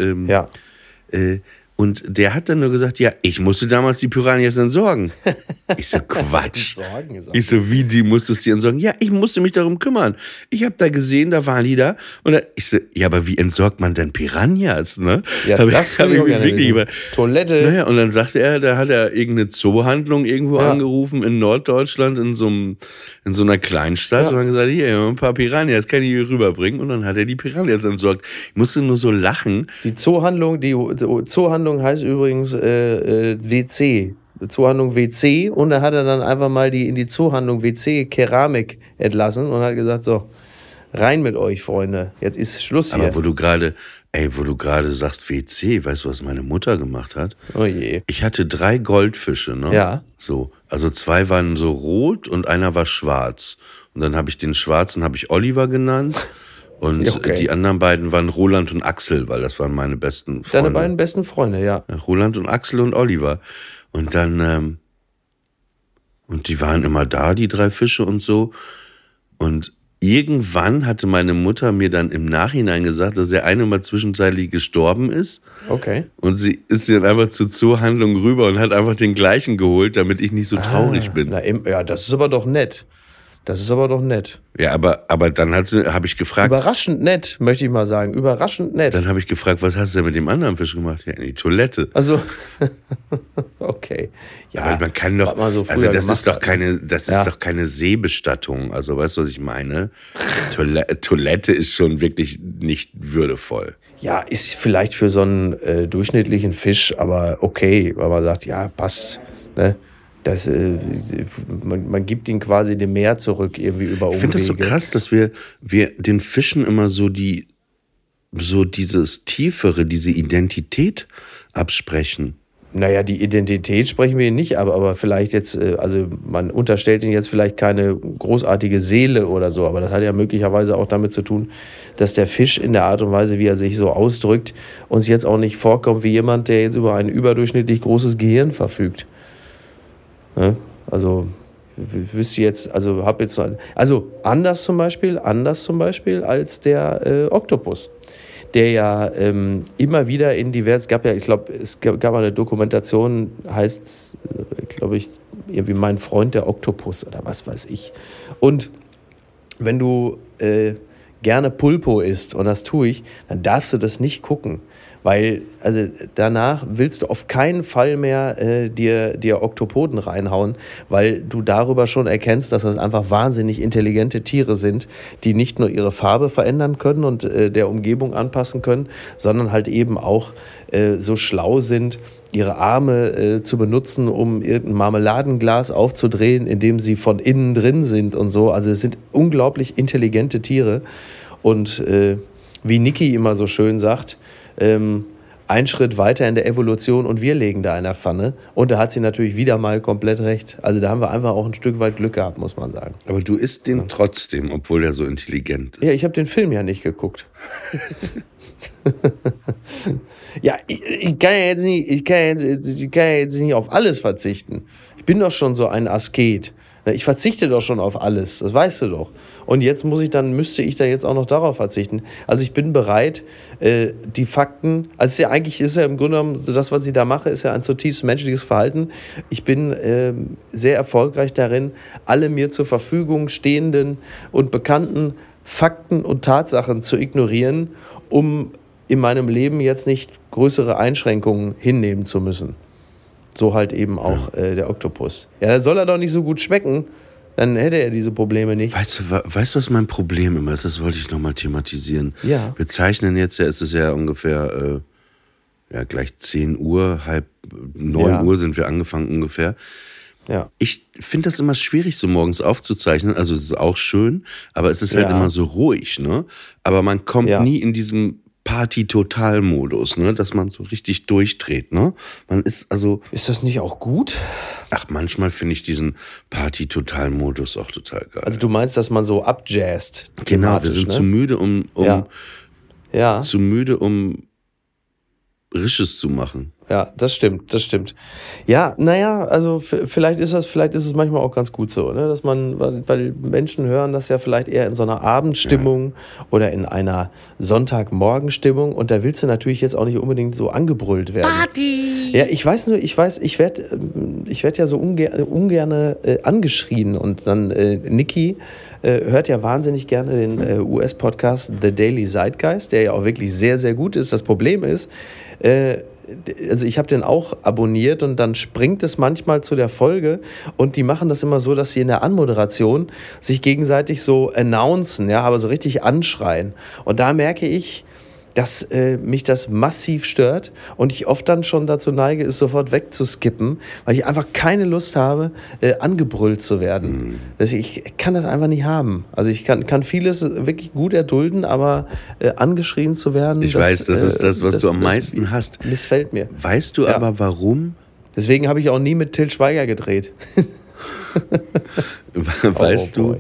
Und der hat dann nur gesagt, ja, ich musste damals die Piranhas entsorgen. Ich so, Quatsch. Ich so, wie, die musstest du entsorgen? Ja, ich musste mich darum kümmern. Ich habe da gesehen, da waren die da. Und ich so, ja, aber wie entsorgt man denn Piranhas, ne? Ja, das habe ich auch gerne wissen. Toilette. Naja, und dann sagte er, da hat er irgendeine Zoohandlung irgendwo angerufen in Norddeutschland, in so einer Kleinstadt. Und dann gesagt, hier, ein paar Piranhas, kann ich hier rüberbringen. Und dann hat er die Piranhas entsorgt. Ich musste nur so lachen. Die Zoohandlung heißt übrigens WC. Zoohandlung WC. Und da hat er dann einfach mal in die Zoohandlung WC Keramik entlassen und hat gesagt, so, rein mit euch, Freunde. Jetzt ist Schluss hier. Aber wo du gerade sagst WC, weißt du, was meine Mutter gemacht hat? Oh je. Ich hatte 3 Goldfische, ne? Ja. So, also 2 waren so rot und einer war schwarz. Und dann habe ich den schwarzen Oliver genannt. Und die anderen beiden waren Roland und Axel, weil das waren meine besten Freunde. Deine beiden besten Freunde, ja. Roland und Axel und Oliver. Und dann, und die waren immer da, die 3 Fische und so. Und irgendwann hatte meine Mutter mir dann im Nachhinein gesagt, dass der eine mal zwischenzeitlich gestorben ist. Okay. Und sie ist dann einfach zur Zoohandlung rüber und hat einfach den gleichen geholt, damit ich nicht so traurig bin. Das ist aber doch nett. Ja, aber dann habe ich gefragt. Überraschend nett, möchte ich mal sagen. Überraschend nett. Dann habe ich gefragt, was hast du denn mit dem anderen Fisch gemacht? Ja, in die Toilette. Also, okay. Ja, aber man kann doch, so also das ist doch keine Seebestattung. Also weißt du, was ich meine? Toilette ist schon wirklich nicht würdevoll. Ja, ist vielleicht für so einen durchschnittlichen Fisch, aber okay, weil man sagt, ja, passt, ne? Man gibt ihn quasi dem Meer zurück, irgendwie über Umwege. Ich finde das so krass, dass wir den Fischen immer so dieses Tiefere, diese Identität absprechen. Naja, die Identität sprechen wir nicht, aber vielleicht jetzt, also man unterstellt ihnen jetzt vielleicht keine großartige Seele oder so, aber das hat ja möglicherweise auch damit zu tun, dass der Fisch in der Art und Weise, wie er sich so ausdrückt, uns jetzt auch nicht vorkommt wie jemand, der jetzt über ein überdurchschnittlich großes Gehirn verfügt. Also wüsste jetzt, also anders zum Beispiel als der Oktopus, der ja immer wieder in es gab mal eine Dokumentation, heißt, glaube ich, irgendwie Mein Freund der Oktopus oder was weiß ich. Und wenn du gerne Pulpo isst, und das tue ich, dann darfst du das nicht gucken. Weil, also danach willst du auf keinen Fall mehr dir Oktopoden reinhauen, weil du darüber schon erkennst, dass das einfach wahnsinnig intelligente Tiere sind, die nicht nur ihre Farbe verändern können und der Umgebung anpassen können, sondern halt eben auch so schlau sind, ihre Arme zu benutzen, um irgendein Marmeladenglas aufzudrehen, in dem sie von innen drin sind und so. Also es sind unglaublich intelligente Tiere. Und wie Niki immer so schön sagt, ein Schritt weiter in der Evolution und wir legen da in der Pfanne. Und da hat sie natürlich wieder mal komplett recht. Also da haben wir einfach auch ein Stück weit Glück gehabt, muss man sagen. Aber du isst den trotzdem, obwohl er so intelligent ist. Ja, ich habe den Film ja nicht geguckt. Ja, ich kann ja jetzt nicht auf alles verzichten. Ich bin doch schon so ein Asket. Ich verzichte doch schon auf alles, das weißt du doch. Und jetzt müsste ich dann jetzt auch noch darauf verzichten. Also ich bin bereit, die Fakten, also eigentlich ist ja im Grunde genommen, das, was ich da mache, ist ja ein zutiefst menschliches Verhalten. Ich bin sehr erfolgreich darin, alle mir zur Verfügung stehenden und bekannten Fakten und Tatsachen zu ignorieren, um in meinem Leben jetzt nicht größere Einschränkungen hinnehmen zu müssen. So halt eben auch der Oktopus. Ja, dann soll er doch nicht so gut schmecken, dann hätte er diese Probleme nicht. Weißt du, was mein Problem immer ist? Das wollte ich nochmal thematisieren. Ja. Wir zeichnen jetzt, es ist ja ungefähr gleich 10 Uhr, 9 Uhr sind wir angefangen ungefähr. Ja. Ich finde das immer schwierig, so morgens aufzuzeichnen. Also es ist auch schön, aber es ist halt immer so ruhig, ne? Aber man kommt nie in diesem Party-Total-Modus, ne? Dass man so richtig durchdreht, ne? Man ist also... Ist das nicht auch gut? Ach, manchmal finde ich diesen Party-Total-Modus auch total geil. Also du meinst, dass man so abjazzt? Genau, wir sind zu müde, um Risches zu machen. Ja, das stimmt. Ja, naja, also vielleicht ist es manchmal auch ganz gut so, ne? Dass man, weil Menschen hören das ja vielleicht eher in so einer Abendstimmung oder in einer Sonntagmorgenstimmung und da willst du natürlich jetzt auch nicht unbedingt so angebrüllt werden. Party! Ja, ich werd ja so ungerne angeschrien und dann Niki hört ja wahnsinnig gerne den US-Podcast The Daily Zeitgeist, der ja auch wirklich sehr, sehr gut ist. Das Problem ist, also ich habe den auch abonniert und dann springt es manchmal zu der Folge und die machen das immer so, dass sie in der Anmoderation sich gegenseitig so announcen, ja, aber so richtig anschreien. Und da merke ich, dass mich das massiv stört und ich oft dann schon dazu neige, es sofort wegzuskippen, weil ich einfach keine Lust habe, angebrüllt zu werden. Ich kann das einfach nicht haben. Also ich kann vieles wirklich gut erdulden, aber angeschrien zu werden, ich weiß, das ist das, was du am meisten hast. Missfällt mir. Weißt du aber, warum? Deswegen habe ich auch nie mit Til Schweiger gedreht. Weißt du,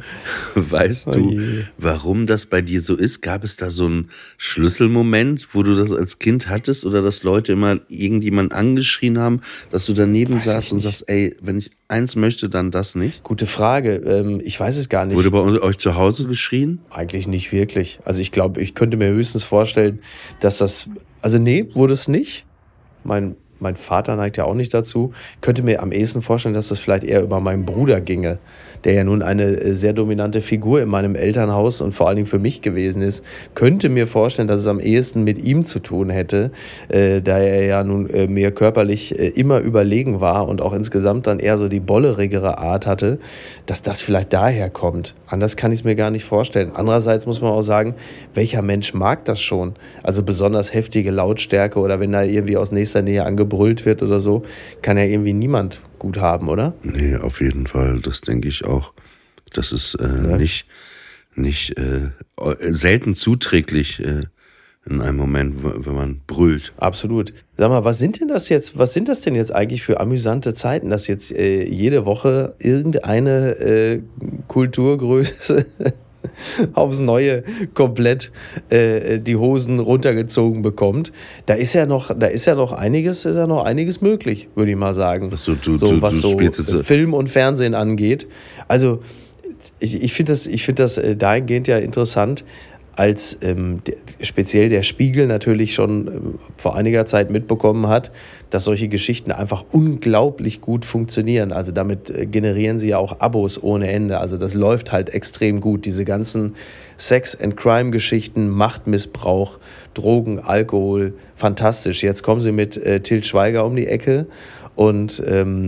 warum das bei dir so ist? Gab es da so einen Schlüsselmoment, wo du das als Kind hattest oder dass Leute immer irgendjemand angeschrien haben, dass du daneben saßt und sagst, ey, wenn ich eins möchte, dann das nicht? Gute Frage. Ich weiß es gar nicht. Wurde bei euch zu Hause geschrien? Eigentlich nicht wirklich. Also ich glaube, ich könnte mir höchstens vorstellen, dass das... Also nee, wurde es nicht. Mein Vater neigt ja auch nicht dazu. Ich könnte mir am ehesten vorstellen, dass das vielleicht eher über meinen Bruder ginge, der ja nun eine sehr dominante Figur in meinem Elternhaus und vor allen Dingen für mich gewesen ist. Könnte mir vorstellen, dass es am ehesten mit ihm zu tun hätte, da er ja nun mir körperlich immer überlegen war und auch insgesamt dann eher so die bollerigere Art hatte, dass das vielleicht daher kommt. Anders kann ich es mir gar nicht vorstellen. Andererseits muss man auch sagen, welcher Mensch mag das schon? Also besonders heftige Lautstärke oder wenn da irgendwie aus nächster Nähe angebrüllt wird oder so, kann ja irgendwie niemand gut haben, oder? Nee, auf jeden Fall, das denke ich auch. Das ist nicht selten zuträglich in einem Moment, wenn man brüllt. Absolut. Sag mal, was sind das denn jetzt eigentlich für amüsante Zeiten, dass jetzt jede Woche irgendeine Kulturgröße aufs Neue komplett die Hosen runtergezogen bekommt? Da ist ja noch einiges möglich, würde ich mal sagen. Was so Film und Fernsehen angeht. Also ich finde das dahingehend ja interessant, als speziell der Spiegel natürlich schon vor einiger Zeit mitbekommen hat, dass solche Geschichten einfach unglaublich gut funktionieren. Also damit generieren sie ja auch Abos ohne Ende. Also das läuft halt extrem gut. Diese ganzen Sex-and-Crime-Geschichten, Machtmissbrauch, Drogen, Alkohol, fantastisch. Jetzt kommen sie mit Til Schweiger um die Ecke und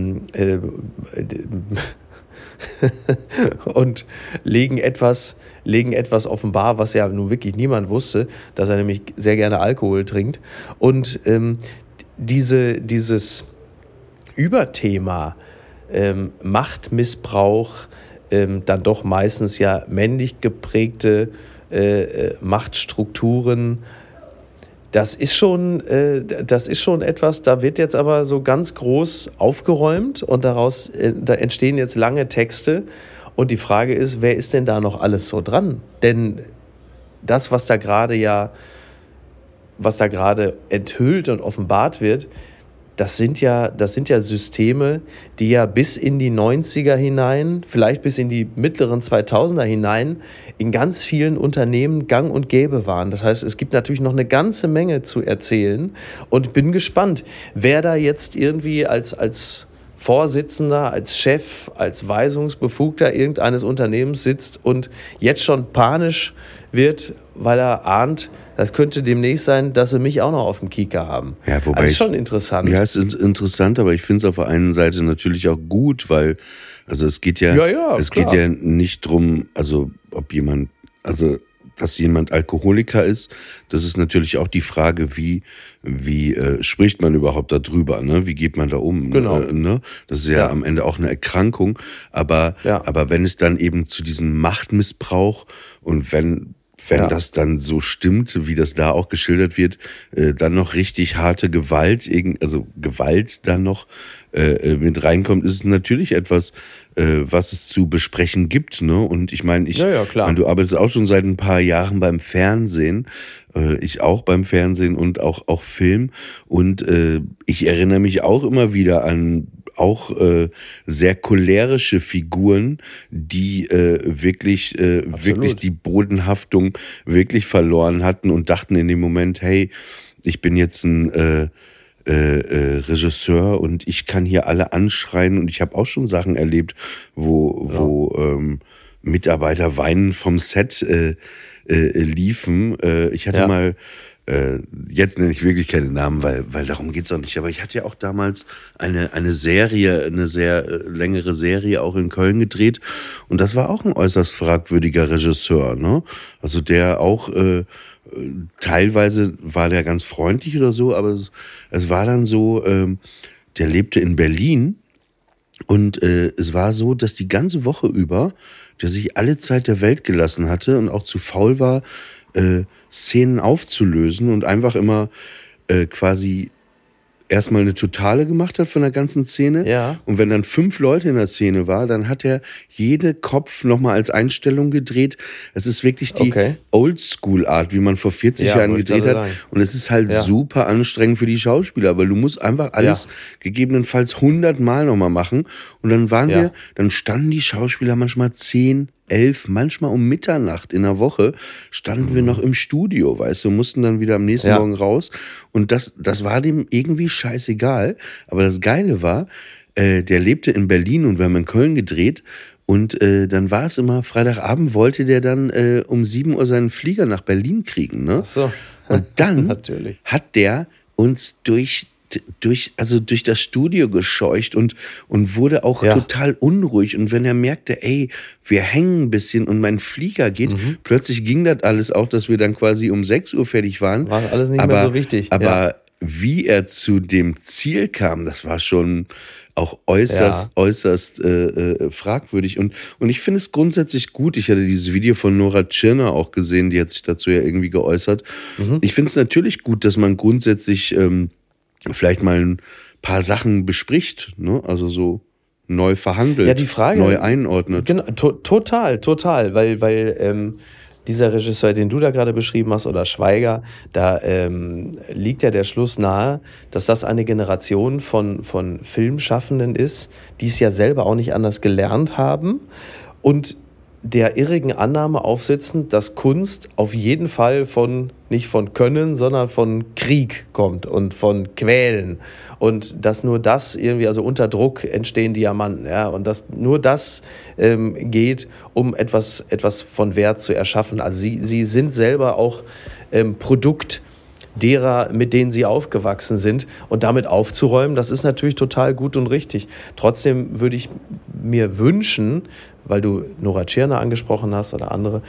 und legen etwas offenbar, was ja nun wirklich niemand wusste, dass er nämlich sehr gerne Alkohol trinkt. Und dieses Überthema Machtmissbrauch, dann doch meistens ja männlich geprägte Machtstrukturen, das ist schon etwas, da wird jetzt aber so ganz groß aufgeräumt und da entstehen jetzt lange Texte und die Frage ist, wer ist denn da noch alles so dran? Denn das, was da gerade enthüllt und offenbart wird, das sind ja Systeme, die ja bis in die 90er hinein, vielleicht bis in die mittleren 2000er hinein, in ganz vielen Unternehmen gang und gäbe waren. Das heißt, es gibt natürlich noch eine ganze Menge zu erzählen und bin gespannt, wer da jetzt irgendwie als Vorsitzender, als Chef, als Weisungsbefugter irgendeines Unternehmens sitzt und jetzt schon panisch wird, weil er ahnt, das könnte demnächst sein, dass sie mich auch noch auf dem Kieker haben. Ja, wobei das ist schon interessant. Ja, es ist interessant, aber ich finde es auf der einen Seite natürlich auch gut, weil, also es geht ja nicht drum, also dass jemand Alkoholiker ist, das ist natürlich auch die Frage, wie spricht man überhaupt darüber, ne? Wie geht man da um? Genau. Ne? Das ist ja am Ende auch eine Erkrankung, aber wenn es dann eben zu diesem Machtmissbrauch und wenn das dann so stimmt, wie das da auch geschildert wird, dann noch richtig harte Gewalt, also Gewalt dann noch mit reinkommt, ist es natürlich etwas, was es zu besprechen gibt, ne? Und ich meine, du arbeitest auch schon seit ein paar Jahren beim Fernsehen, ich auch beim Fernsehen und auch Film, und ich erinnere mich auch immer wieder an auch sehr cholerische Figuren, die wirklich die Bodenhaftung wirklich verloren hatten und dachten in dem Moment, hey, ich bin jetzt ein Regisseur und ich kann hier alle anschreien, und ich habe auch schon Sachen erlebt, wo Mitarbeiter weinend vom Set liefen. Ich hatte mal, jetzt nenne ich wirklich keine Namen, weil darum geht's auch nicht, aber ich hatte ja auch damals eine Serie, eine sehr längere Serie auch in Köln gedreht, und das war auch ein äußerst fragwürdiger Regisseur, ne? Also der auch teilweise war der ganz freundlich oder so, aber es war dann so, der lebte in Berlin, und es war so, dass die ganze Woche über der sich alle Zeit der Welt gelassen hatte und auch zu faul war, Szenen aufzulösen, und einfach immer quasi erstmal eine Totale gemacht hat von der ganzen Szene. Ja. Und wenn dann 5 Leute in der Szene war, dann hat er jede Kopf nochmal als Einstellung gedreht. Es ist wirklich die Oldschool-Art, wie man vor 40 Jahren gedreht hat. Sagen. Und es ist halt super anstrengend für die Schauspieler, weil du musst einfach alles gegebenenfalls 100 Mal nochmal machen. Und dann dann standen die Schauspieler manchmal 10, 11, manchmal um Mitternacht in der Woche standen wir noch im Studio, weißt du, mussten dann wieder am nächsten Morgen raus, und das war dem irgendwie scheißegal, aber das Geile war, der lebte in Berlin und wir haben in Köln gedreht, und dann war es immer, Freitagabend wollte der dann um 7 Uhr seinen Flieger nach Berlin kriegen, ne? Ach so. Und dann hat der uns durch das Studio gescheucht und wurde auch total unruhig. Und wenn er merkte, ey, wir hängen ein bisschen und mein Flieger geht, plötzlich ging das alles auch, dass wir dann quasi um 6 Uhr fertig waren. War alles nicht mehr so wichtig. Aber wie er zu dem Ziel kam, das war schon auch äußerst fragwürdig. Und ich finde es grundsätzlich gut. Ich hatte dieses Video von Nora Tschirner auch gesehen, die hat sich dazu ja irgendwie geäußert. Ich finde es natürlich gut, dass man grundsätzlich vielleicht mal ein paar Sachen bespricht, ne? Also so neu verhandelt, die Frage, neu einordnet. Genau, total, weil dieser Regisseur, den du da gerade beschrieben hast, oder Schweiger, da liegt ja der Schluss nahe, dass das eine Generation von Filmschaffenden ist, die es ja selber auch nicht anders gelernt haben und der irrigen Annahme aufsitzen, dass Kunst auf jeden Fall nicht von Können, sondern von Krieg kommt und von Quälen, und dass nur das irgendwie, also unter Druck entstehen Diamanten, und dass nur das geht, um etwas von Wert zu erschaffen. Also sie sind selber auch Produkt derer, mit denen sie aufgewachsen sind, und damit aufzuräumen, das ist natürlich total gut und richtig. Trotzdem würde ich mir wünschen, weil du Nora Tschirner angesprochen hast oder andere,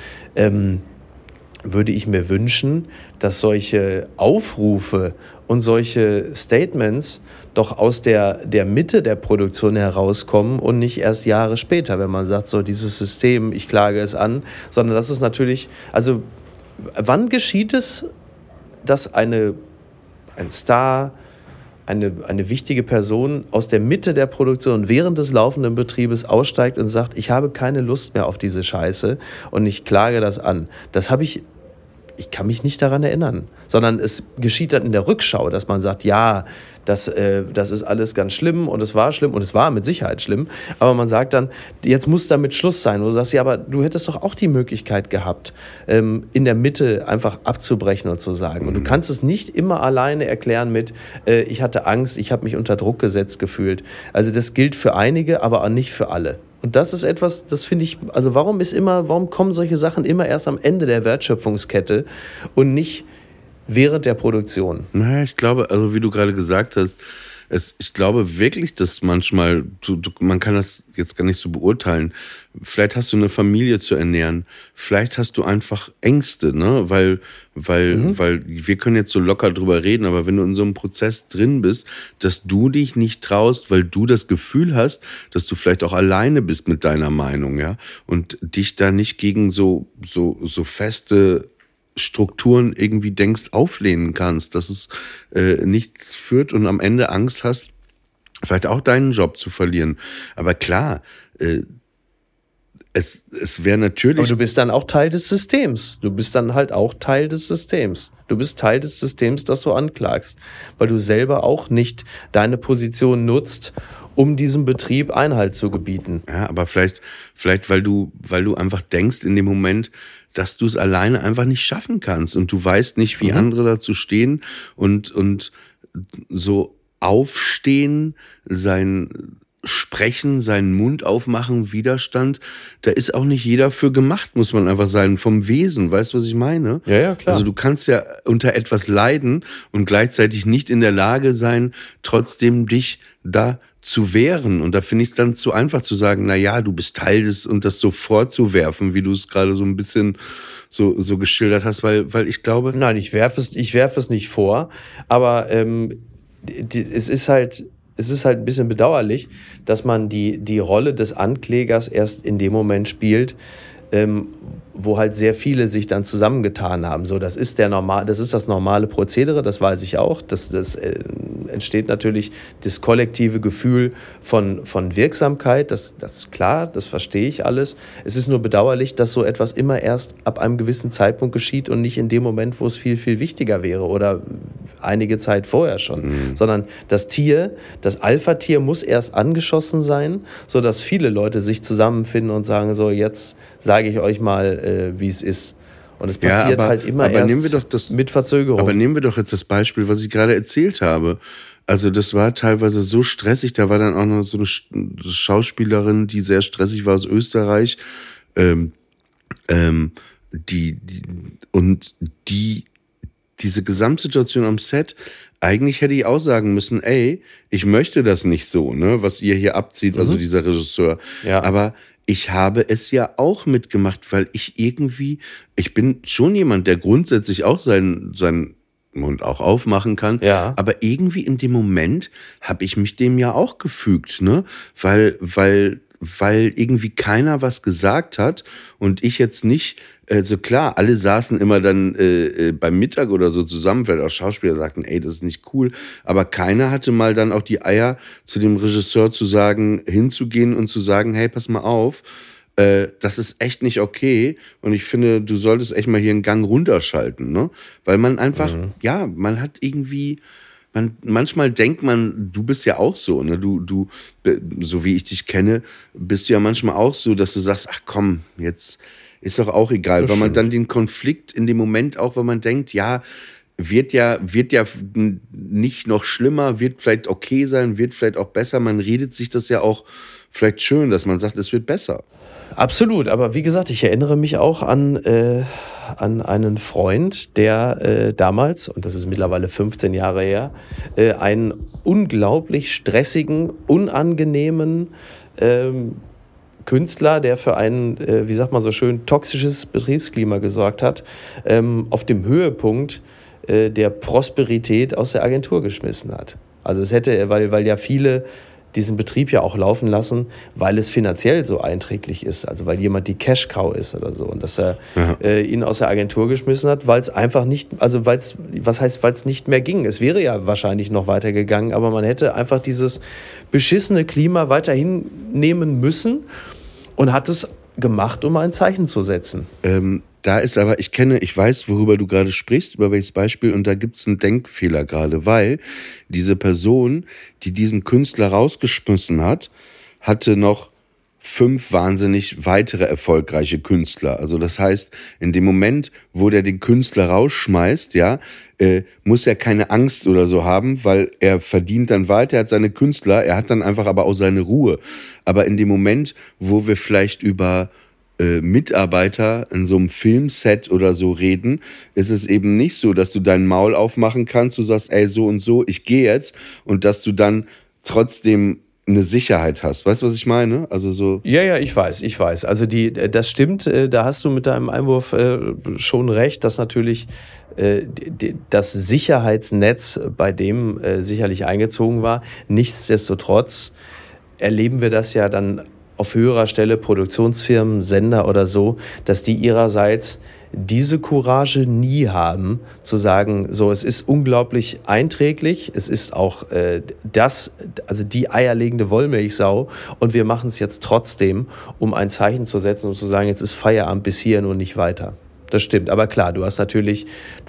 würde ich mir wünschen, dass solche Aufrufe und solche Statements doch aus der Mitte der Produktion herauskommen und nicht erst Jahre später, wenn man sagt, so dieses System, ich klage es an, sondern das ist natürlich, also wann geschieht es, dass ein Star, eine wichtige Person aus der Mitte der Produktion während des laufenden Betriebes aussteigt und sagt, ich habe keine Lust mehr auf diese Scheiße und ich klage das an. Das habe ich ich kann mich nicht daran erinnern. Sondern es geschieht dann in der Rückschau, dass man sagt, ja, das ist alles ganz schlimm und es war mit Sicherheit schlimm. Aber man sagt dann, jetzt muss damit Schluss sein. Wo du sagst, ja, aber du hättest doch auch die Möglichkeit gehabt, in der Mitte einfach abzubrechen und zu sagen. Und du kannst es nicht immer alleine erklären mit, ich hatte Angst, ich habe mich unter Druck gesetzt gefühlt. Also das gilt für einige, aber auch nicht für alle. Und das ist etwas, das finde ich, also warum kommen solche Sachen immer erst am Ende der Wertschöpfungskette und nicht während der Produktion? Naja, ich glaube, also wie du gerade gesagt hast, ich glaube wirklich, dass manchmal, man kann das jetzt gar nicht so beurteilen, vielleicht hast du eine Familie zu ernähren, vielleicht hast du einfach Ängste, ne? Weil wir können jetzt so locker drüber reden, aber wenn du in so einem Prozess drin bist, dass du dich nicht traust, weil du das Gefühl hast, dass du vielleicht auch alleine bist mit deiner Meinung, ja, und dich da nicht gegen so feste Strukturen irgendwie denkst, auflehnen kannst, dass es nichts führt und am Ende Angst hast, vielleicht auch deinen Job zu verlieren. Aber klar, es wäre natürlich... Aber du bist dann auch Teil des Systems. Du bist dann halt auch Teil des Systems. Du bist Teil des Systems, das du anklagst, weil du selber auch nicht deine Position nutzt, um diesem Betrieb Einhalt zu gebieten. Ja, aber vielleicht weil du einfach denkst in dem Moment, dass du es alleine einfach nicht schaffen kannst und du weißt nicht, wie andere dazu stehen und so aufstehen, sein Sprechen, seinen Mund aufmachen, Widerstand, da ist auch nicht jeder für gemacht, muss man einfach sagen, vom Wesen, weißt du, was ich meine? Ja, klar. Also du kannst ja unter etwas leiden und gleichzeitig nicht in der Lage sein, trotzdem dich da zu wehren. Und da finde ich es dann zu einfach zu sagen, na ja, du bist Teil des, und das so vorzuwerfen, wie du es gerade so ein bisschen so geschildert hast, weil ich glaube... Nein, ich werfe es nicht vor, aber es ist halt ein bisschen bedauerlich, dass man die Rolle des Anklägers erst in dem Moment spielt, wo halt sehr viele sich dann zusammengetan haben. So, das ist das normale Prozedere, das weiß ich auch. Das entsteht natürlich das kollektive Gefühl von Wirksamkeit. Das klar, das verstehe ich alles. Es ist nur bedauerlich, dass so etwas immer erst ab einem gewissen Zeitpunkt geschieht und nicht in dem Moment, wo es viel, viel wichtiger wäre oder einige Zeit vorher schon. Sondern das Alpha-Tier muss erst angeschossen sein, sodass viele Leute sich zusammenfinden und sagen, so, jetzt sage ich euch mal, wie es ist. Und es passiert halt immer erst mit Verzögerung. Aber nehmen wir doch jetzt das Beispiel, was ich gerade erzählt habe. Also das war teilweise so stressig, da war dann auch noch so eine Schauspielerin, die sehr stressig war aus Österreich, diese Gesamtsituation am Set, eigentlich hätte ich auch sagen müssen, ey, ich möchte das nicht so, ne, was ihr hier abzieht, also dieser Regisseur. Ja. Aber ich habe es ja auch mitgemacht, weil ich bin schon jemand, der grundsätzlich auch seinen Mund auch aufmachen kann. Ja. Aber irgendwie in dem Moment habe ich mich dem ja auch gefügt, ne? Weil irgendwie keiner was gesagt hat und ich jetzt nicht, also klar, alle saßen immer dann beim Mittag oder so zusammen, vielleicht auch Schauspieler sagten, ey, das ist nicht cool, aber keiner hatte mal dann auch die Eier, zu dem Regisseur zu sagen, hinzugehen und zu sagen, hey, pass mal auf, das ist echt nicht okay und ich finde, du solltest echt mal hier einen Gang runterschalten, ne? Weil man einfach, man hat irgendwie... Manchmal denkt man, du bist ja auch so, ne? Du, so wie ich dich kenne, bist du ja manchmal auch so, dass du sagst, ach komm, jetzt ist doch auch egal, das weil man dann den Konflikt in dem Moment auch, weil man denkt, ja, wird ja nicht noch schlimmer, wird vielleicht okay sein, wird vielleicht auch besser, man redet sich das ja auch vielleicht schön, dass man sagt, es wird besser. Absolut, aber wie gesagt, ich erinnere mich auch an einen Freund, der damals, und das ist mittlerweile 15 Jahre her, einen unglaublich stressigen, unangenehmen Künstler, der für ein, wie sagt man so schön, toxisches Betriebsklima gesorgt hat, auf dem Höhepunkt der Prosperität aus der Agentur geschmissen hat. Also es hätte, weil ja viele diesen Betrieb ja auch laufen lassen, weil es finanziell so einträglich ist, also weil jemand die Cash-Cow ist oder so und dass er ihn aus der Agentur geschmissen hat, weil es einfach nicht, also weil es nicht mehr ging. Es wäre ja wahrscheinlich noch weitergegangen, aber man hätte einfach dieses beschissene Klima weiterhin nehmen müssen und hat es gemacht, um ein Zeichen zu setzen. Da ist aber, ich weiß, worüber du gerade sprichst, über welches Beispiel, und da gibt's einen Denkfehler gerade, weil diese Person, die diesen Künstler rausgeschmissen hat, hatte noch 5 wahnsinnig weitere erfolgreiche Künstler. Also das heißt, in dem Moment, wo der den Künstler rausschmeißt, ja, muss er keine Angst oder so haben, weil er verdient dann weiter, er hat seine Künstler, er hat dann einfach aber auch seine Ruhe. Aber in dem Moment, wo wir vielleicht über Mitarbeiter in so einem Filmset oder so reden, ist es eben nicht so, dass du dein Maul aufmachen kannst, du sagst, ey, so und so, ich gehe jetzt, und dass du dann trotzdem eine Sicherheit hast. Weißt du, was ich meine? Also so. Ja, ich weiß. Also das stimmt, da hast du mit deinem Einwurf schon recht, dass natürlich das Sicherheitsnetz bei dem sicherlich eingezogen war. Nichtsdestotrotz erleben wir das ja dann auf höherer Stelle, Produktionsfirmen, Sender oder so, dass die ihrerseits diese Courage nie haben, zu sagen, so, es ist unglaublich einträglich, es ist auch also die eierlegende Wollmilchsau, und wir machen es jetzt trotzdem, um ein Zeichen zu setzen und zu sagen, jetzt ist Feierabend bis hierhin und nicht weiter. Das stimmt, aber klar, du hast natürlich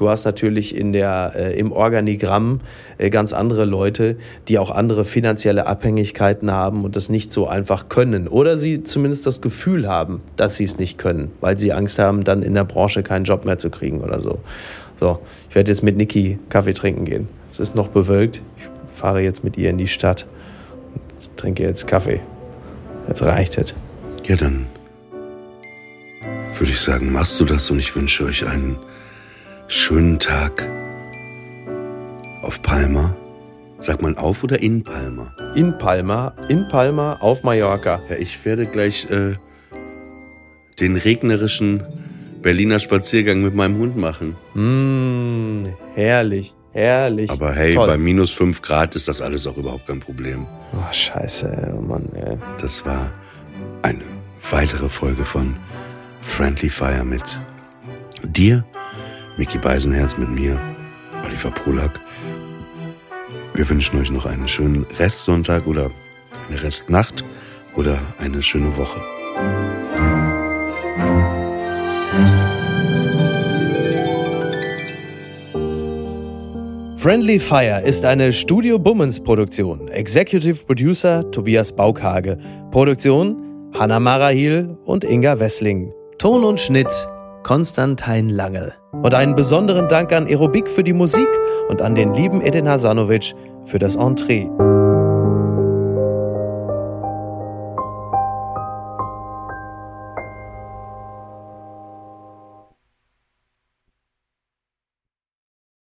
im Organigramm ganz andere Leute, die auch andere finanzielle Abhängigkeiten haben und das nicht so einfach können. Oder sie zumindest das Gefühl haben, dass sie es nicht können, weil sie Angst haben, dann in der Branche keinen Job mehr zu kriegen oder so. So, ich werde jetzt mit Niki Kaffee trinken gehen. Es ist noch bewölkt. Ich fahre jetzt mit ihr in die Stadt und trinke jetzt Kaffee. Jetzt reicht es. Ja, dann würde ich sagen, machst du das, und ich wünsche euch einen schönen Tag auf Palma. Sagt man auf oder in Palma? In Palma, auf Mallorca. Ja, ich werde gleich den regnerischen Berliner Spaziergang mit meinem Hund machen. Herrlich. Aber hey, toll. bei minus 5 Grad ist das alles auch überhaupt kein Problem. Oh, scheiße, oh Mann, ey. Das war eine weitere Folge von Friendly Fire mit dir, Micky Beisenherz, mit mir, Oliver Polak. Wir wünschen euch noch einen schönen Restsonntag oder eine Restnacht oder eine schöne Woche. Friendly Fire ist eine Studio Bummens Produktion. Executive Producer Tobias Baukhage. Produktion Hanna Marahil und Inga Wessling. Ton und Schnitt Konstantin Lange. Und einen besonderen Dank an Aerobik für die Musik und an den lieben Edin Hasanovic für das Entree.